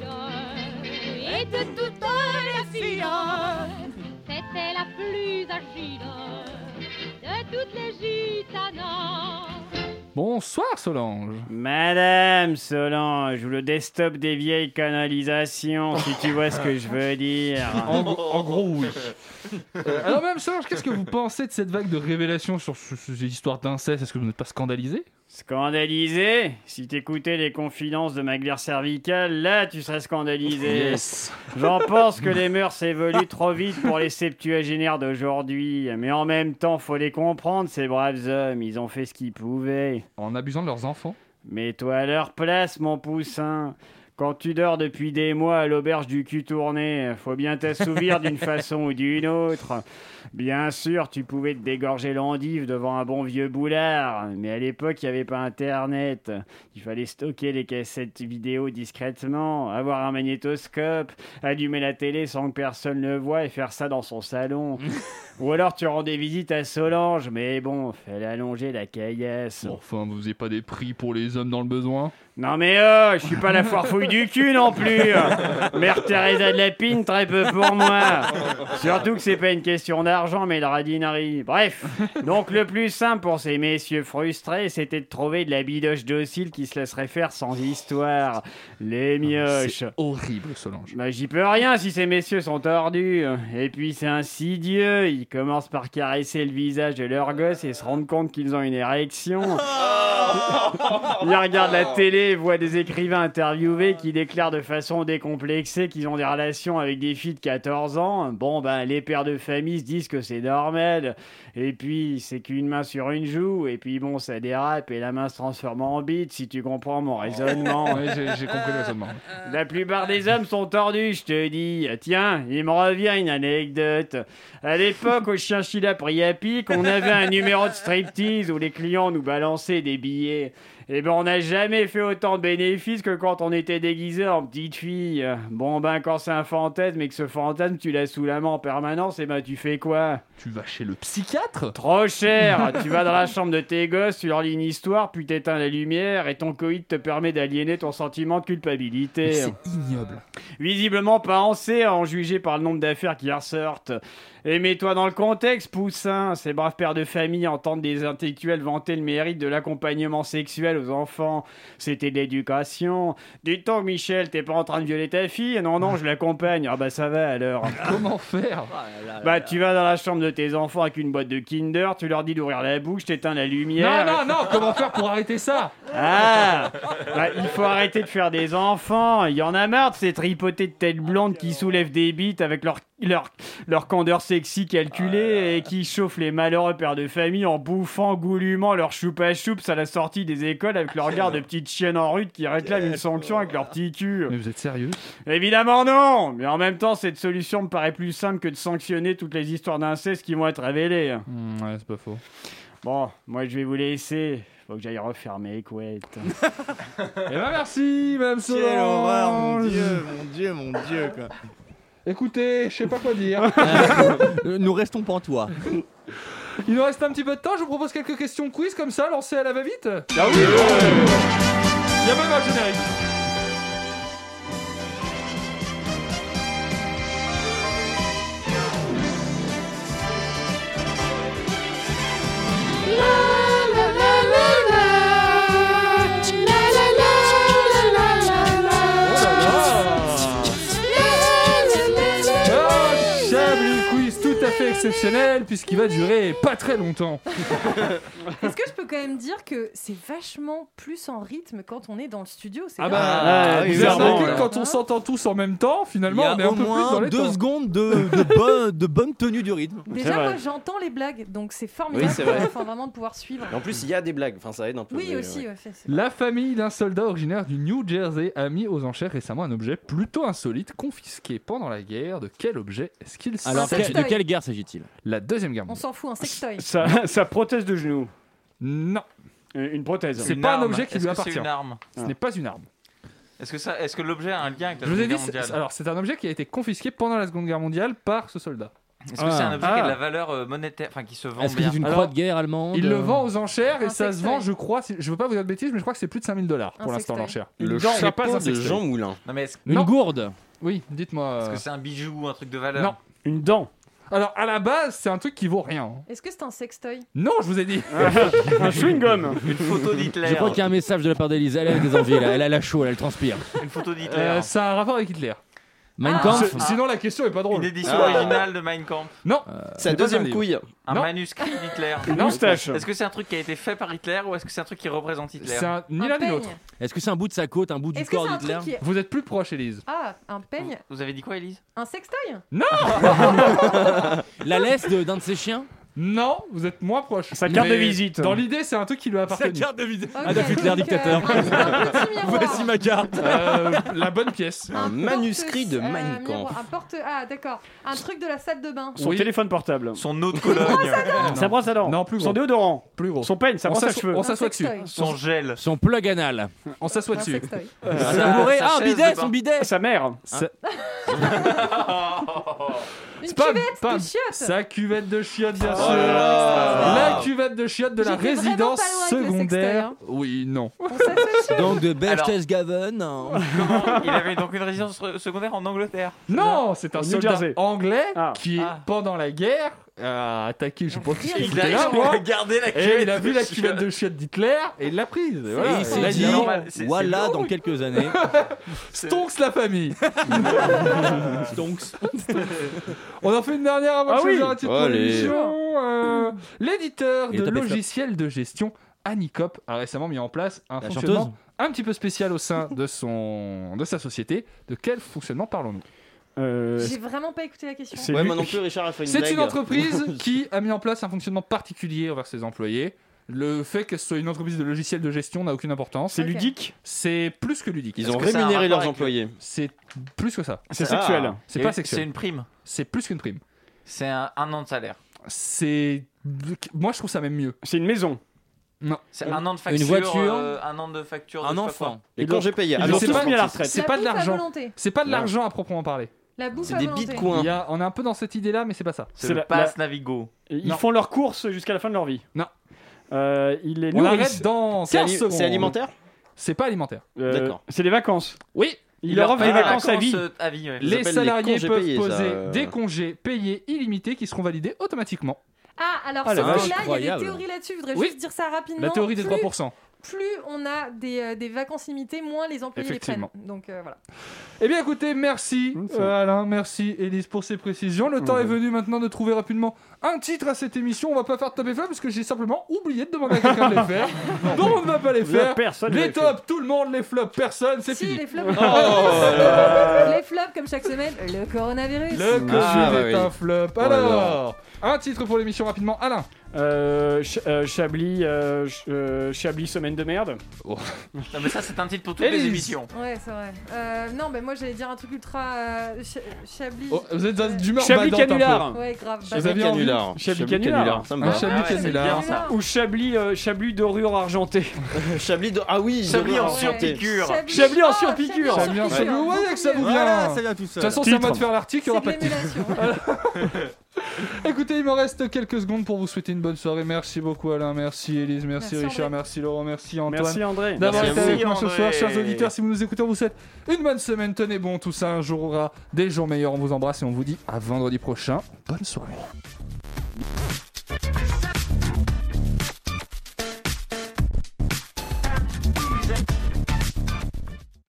et de toutes les filles, c'était la plus agile de toutes les gitanas. Bonsoir Solange. Madame Solange, ou le desktop des vieilles canalisations, si tu vois ce que je veux dire. En, gros- en gros, oui. Euh, alors, même Solange, qu'est-ce que vous pensez de cette vague de révélations sur ce- ces histoires d'inceste ? Est-ce que vous n'êtes pas scandalisé ? Scandalisé ? Si t'écoutais les confidences de ma glaire cervicale, là tu serais scandalisé. Yes. J'en pense que les mœurs évoluent trop vite pour les septuagénaires d'aujourd'hui. Mais en même temps, faut les comprendre, ces braves hommes. Ils ont fait ce qu'ils pouvaient. En abusant de leurs enfants ? Mets-toi à leur place, mon poussin. Quand tu dors depuis des mois à l'auberge du cul tourné, faut bien t'assouvir d'une façon ou d'une autre. Bien sûr, tu pouvais te dégorger l'endive devant un bon vieux boulard, mais à l'époque, il n'y avait pas Internet. Il fallait stocker les cassettes vidéo discrètement, avoir un magnétoscope, allumer la télé sans que personne le voie et faire ça dans son salon. Ou alors tu rendais visite à Solange, mais bon, fallait allonger la caillasse. Bon, enfin, vous n'avez pas des prix pour les hommes dans le besoin ? Non mais oh, je suis pas la foire fouille du cul non plus. Mère Teresa de la Pine, très peu pour moi. Surtout que c'est pas une question d'argent mais de radinerie. Bref, donc le plus simple pour ces messieurs frustrés, c'était de trouver de la bidoche docile qui se laisserait faire sans histoire. Les mioches. C'est horrible, Solange. Bah j'y peux rien si ces messieurs sont tordus. Et puis c'est insidieux, ils commencent par caresser le visage de leur gosse et se rendent compte qu'ils ont une érection. Ils regardent la télé, voient des écrivains interviewés qui déclarent de façon décomplexée qu'ils ont des relations avec des filles de quatorze ans. Bon ben les pères de famille se disent que c'est normal. Et puis c'est qu'une main sur une joue. Et puis bon ça dérape et la main se transforme en bite si tu comprends mon raisonnement. Oui, j'ai, j'ai compris le raisonnement. La plupart des hommes sont tordus, je te dis. Tiens, il me revient une anecdote. À l'époque, au Chinchilla Priapic, on avait un numéro de striptease où les clients nous balançaient des billets. Eh ben, on n'a jamais fait autant de bénéfices que quand on était déguisé en petite fille. Bon, ben, quand c'est un fantasme et que ce fantasme, tu l'as sous la main en permanence, eh ben, tu fais quoi? Tu vas chez le psychiatre? Trop cher. Tu vas dans la chambre de tes gosses, tu leur lis une histoire, puis t'éteins la lumière et ton coït te permet d'aliéner ton sentiment de culpabilité. Mais c'est ignoble. Visiblement pas en C, à en juger par le nombre d'affaires qui ressortent. Et mets-toi dans le contexte, poussin. Ces braves pères de famille entendent des intellectuels vanter le mérite de l'accompagnement sexuel aux enfants. C'était de l'éducation. Dis-donc, Michel, t'es pas en train de violer ta fille? Non, non, je l'accompagne. Ah bah ça va alors. Comment faire? Bah tu vas dans la chambre de tes enfants avec une boîte de Kinder, tu leur dis d'ouvrir la bouche, t'éteins la lumière. Non, non, non, comment faire pour arrêter ça? Ah, bah, il faut arrêter de faire des enfants. Il y en a marre de ces tripotés de têtes blondes qui soulèvent des bites avec leur, leur, leur candeur sexy calculée et qui chauffent les malheureux pères de famille en bouffant goulûment leur choupa-choups à la sortie des écoles avec leur regard de petites chiennes en rute qui réclament une sanction avec leur petit cul. Mais vous êtes sérieux? Évidemment non. Mais en même temps, cette solution me paraît plus simple que de sanctionner toutes les histoires d'inceste qui vont être révélées. Mmh, ouais, c'est pas faux. Bon, moi je vais vous laisser. Faut que j'aille refaire mes couettes. Eh ben merci, Madame Solange. Quelle horreur, mon Dieu, mon Dieu, mon Dieu, quoi. Écoutez, je sais pas quoi dire. Nous restons pantois. Il nous reste un petit peu de temps, je vous propose quelques questions quiz comme ça, lancées à la va-vite. Ah oui. Il y a même un générique. Exceptionnel puisqu'il va durer pas très longtemps. Est-ce que je peux quand même dire que c'est vachement plus en rythme quand on est dans le studio? C'est Ah dingue. bah, Ah, vous bizarrement, avez vu ouais. quand on s'entend tous en même temps, finalement, Il y a on est un au peu plus moins dans les deux temps. secondes de, de, bonne, de bonne tenue du rythme. Déjà, moi j'entends les blagues, donc c'est formidable. Oui, c'est vrai. Enfin, vraiment de pouvoir suivre. Et en plus, il y a des blagues, enfin ça aide un peu. Oui, mais, aussi, ouais. ouais, fait, c'est- La famille d'un soldat originaire du New Jersey a mis aux enchères récemment un objet plutôt insolite confisqué pendant la guerre. De quel objet est-ce qu'il s'agit? Alors, que- de quelle guerre s'agit-il? La deuxième guerre On mondiale. s'en fout, un sextoy. Sa, sa prothèse de genou. Non. Une prothèse. C'est Une pas un arme. objet qui Est-ce lui que c'est appartient. une arme Ce n'est pas une arme. Est-ce que, ça, est-ce que l'objet a un lien avec la Je vous ai Seconde dit, Guerre mondiale c'est- alors c'est un objet qui a été confisqué pendant la Seconde Guerre mondiale par ce soldat. Est-ce que c'est un objet qui a de la valeur euh, monétaire, enfin qui se vend Est-ce que bien c'est une Alors, croix de guerre allemande? Il le vend aux enchères et Un ça se sextoy. vend, je crois, si- je veux pas vous dire de bêtises, mais je crois que c'est plus de cinq mille dollars Un pour l'instant sextoy. l'enchère. Le Ce n'est pas chapeau un de sextoy. Jean Moulin. Non mais est-ce, Une Non. gourde? Oui, dites-moi. est-ce euh, que c'est un bijou, un truc de valeur? Non. Une dent. Alors à la base, c'est un truc qui vaut rien. Est-ce que c'est un sextoy? Non, je vous ai dit. Un chewing-gum. Une photo d'Hitler. Je crois qu'il y a un message de la part d'Elisa. Elle a des envies, là. Elle a la chaud, elle transpire. Une photo d'Hitler. Euh, ça a un rapport avec Hitler. Mein Ah. Kampf? C'est- Sinon la question est pas drôle. Une édition Ah. originale de Mein Kampf. Non. Sa C'est pas un deuxième livre. couille. Un Non. manuscrit d'Hitler. Une Non. moustache. Est-ce que c'est un truc qui a été fait par Hitler ou est-ce que c'est un truc qui représente Hitler? C'est un... ni Un l'un ni peigne. l'autre. Est-ce que c'est un bout de sa côte, un bout du Est-ce que corps c'est un d'Hitler? truc qui est... Vous êtes plus proche, Élise. Ah, un peigne? Vous avez dit quoi, Élise? Un sextoy? La laisse de- d'un de ses chiens? Non, vous êtes moins proche. Sa carte Mais de visite. Dans l'idée, c'est un truc qui lui a Sa appartenu. carte de visite. Ok, Adolf Hitler, donc, dictateur. euh, un, un petit miroir. Voici ma carte. Euh, la bonne pièce. Un manuscrit de porte- Mein euh, Kampf. miroir, Un porte... Ah, d'accord. Un truc de la salle de bain. Son Oui. téléphone portable. Son eau de Cologne. Sa brosse à dents. Non, plus gros. Son déodorant. Plus gros. Son peigne, sa On brosse à s'assoit- cheveux. on Un s'assoit dessus. sextoy. Son gel. Son plug anal. On s'assoit Un dessus. sextoy. Un tabouret. sa Ah, un chaise bidet, de son bain. bidet. Sa mère. Ça- Une pas- cuvette pas- de chiottes. Sa cuvette de chiottes, bien Oh sûr. là là. La cuvette de chiottes de la J'étais vraiment résidence pas loin avec le secondaire. sextoy, Oui, non. On s'assoit dessus. Donc de Alors- Berchtesgaden. Comment Il avait donc une résidence re- secondaire en Angleterre. Non, c'est un Au New soldat Jersey. anglais Ah. qui, Ah. pendant la guerre, a attaqué, je sais pas qui Il c'était Il a, là, il moi. a gardé la Et cuvette. il a vu de la cuvette de chiottes. chiottes d'Hitler et il l'a prise. Et voilà. Et il s'est Là, dit, a- normal. C'est- c'est voilà, lourd, dans oui. quelques années. Stonks la famille. Stonks. On en fait une dernière avant Ah de choisir oui. un titre pour Allez. l'émission. Euh, L'éditeur Il est de tapé flop. logiciels de gestion Anycop a récemment mis en place un La fonctionnement chanteuse un petit peu spécial au sein de, son, de sa société. De quel fonctionnement parlons-nous? Euh, J'ai vraiment pas écouté la question. c'est Ouais, lui- moi non plus, Richard a fait une C'est blague. une entreprise qui a mis en place un fonctionnement particulier envers ses employés. Le fait que ce soit une entreprise de logiciels de gestion n'a aucune importance. C'est Ok. ludique. C'est plus que ludique. Ils Est-ce ont que ça a un rémunéré rapport leurs avec- employés. C'est plus que ça. C'est Ah. sexuel. C'est Et pas C'est sexuel. une prime. C'est plus qu'une prime. C'est un, un an de salaire. C'est. Moi, je trouve ça même mieux. C'est une maison. Non. C'est un an de facture. voiture. euh, un an de facture. de Un je sais pas enfant. Les congés payés. Ils Alors, l'ont c'est tous pas- mis à la retraite. C'est La pas de bouffe à l'argent. volonté. C'est pas de Là. l'argent à proprement parler. La bouffe c'est à des volonté. bitcoins. Il y a, on est un peu dans cette idée-là, mais c'est pas ça. C'est C'est le la- pass Navigo. Et Ils Non. font leurs courses jusqu'à la fin de leur vie. Non. Euh, ils les On nourrissent. arrête dans C'est quinze ali- secondes. c'est alimentaire. C'est pas alimentaire. Euh, D'accord. C'est des vacances. Oui. Ils leur offrent Ah, des vacances à vacances, vie. euh, à vie, ouais. Ils Les appellent les salariés congés peuvent payés, ça, poser euh. des congés payés illimités qui seront validés automatiquement. Ah, alors, Ah, la sauf vache, que là, il y a incroyable. des théories là-dessus. Je voudrais Oui. juste dire ça rapidement. La théorie des Plus- trois pour cent. Plus on a des, euh, des vacances limitées, moins les employés les prennent. Effectivement. Donc euh, voilà. Eh bien écoutez, merci Mmh, c'est euh, Alain, merci Élise pour ces précisions. Le temps Mmh. est venu maintenant de trouver rapidement un titre à cette émission. On va pas faire de top et flop parce que j'ai simplement oublié de demander à quelqu'un de les faire. Donc on ne va pas les Là, faire. personne ne Les les fait. tops, tout le monde, les flops, personne, c'est Si, fini. les flops. Oh Les flops, comme chaque semaine, le coronavirus. Le Covid Ah, bah est oui. un flop. Oh là là. Alors, un titre pour l'émission rapidement, Alain. Euh, Ch- euh, Chablis, euh, Ch- euh, Chablis, semaine de merde. Non, mais ça, c'est un titre pour toutes les Élise. émissions. Ouais, c'est vrai. Euh, non, mais moi j'allais dire un truc ultra euh, Ch- Chablis. Oh, vous êtes dans- d'humeur Chablis badante un canular. peu. Ouais, grave. Vous aviez envie canular. Chablis canular. Ça me Un va. Chablis Ah ouais, c'est canular. bien, ça. Ou Chablis, euh, Chablis dorure argentée. Chablis de... Ah oui, Chablis en dorure argentée. surpiqûre. Chablis en Oh, surpiqûre. Chablis en surpiqûre. Ouais, que ça vous Voilà, vient. ça vient tout De seul. toute façon, c'est à moi de Titre. faire l'article, il n'y C'est aura de pas de titre. l'émulation. Écoutez, il me reste quelques secondes pour vous souhaiter une bonne soirée. Merci beaucoup Alain, merci Élise, merci, Merci, Richard, André. merci Laurent, merci Antoine. Merci, André. D'avoir Merci été à avec vous. moi ce André. soir. Chers auditeurs, si vous nous écoutez, on vous souhaite une bonne semaine. Tenez bon, tout ça, un jour aura des jours meilleurs. On vous embrasse et on vous dit à vendredi prochain. Bonne soirée.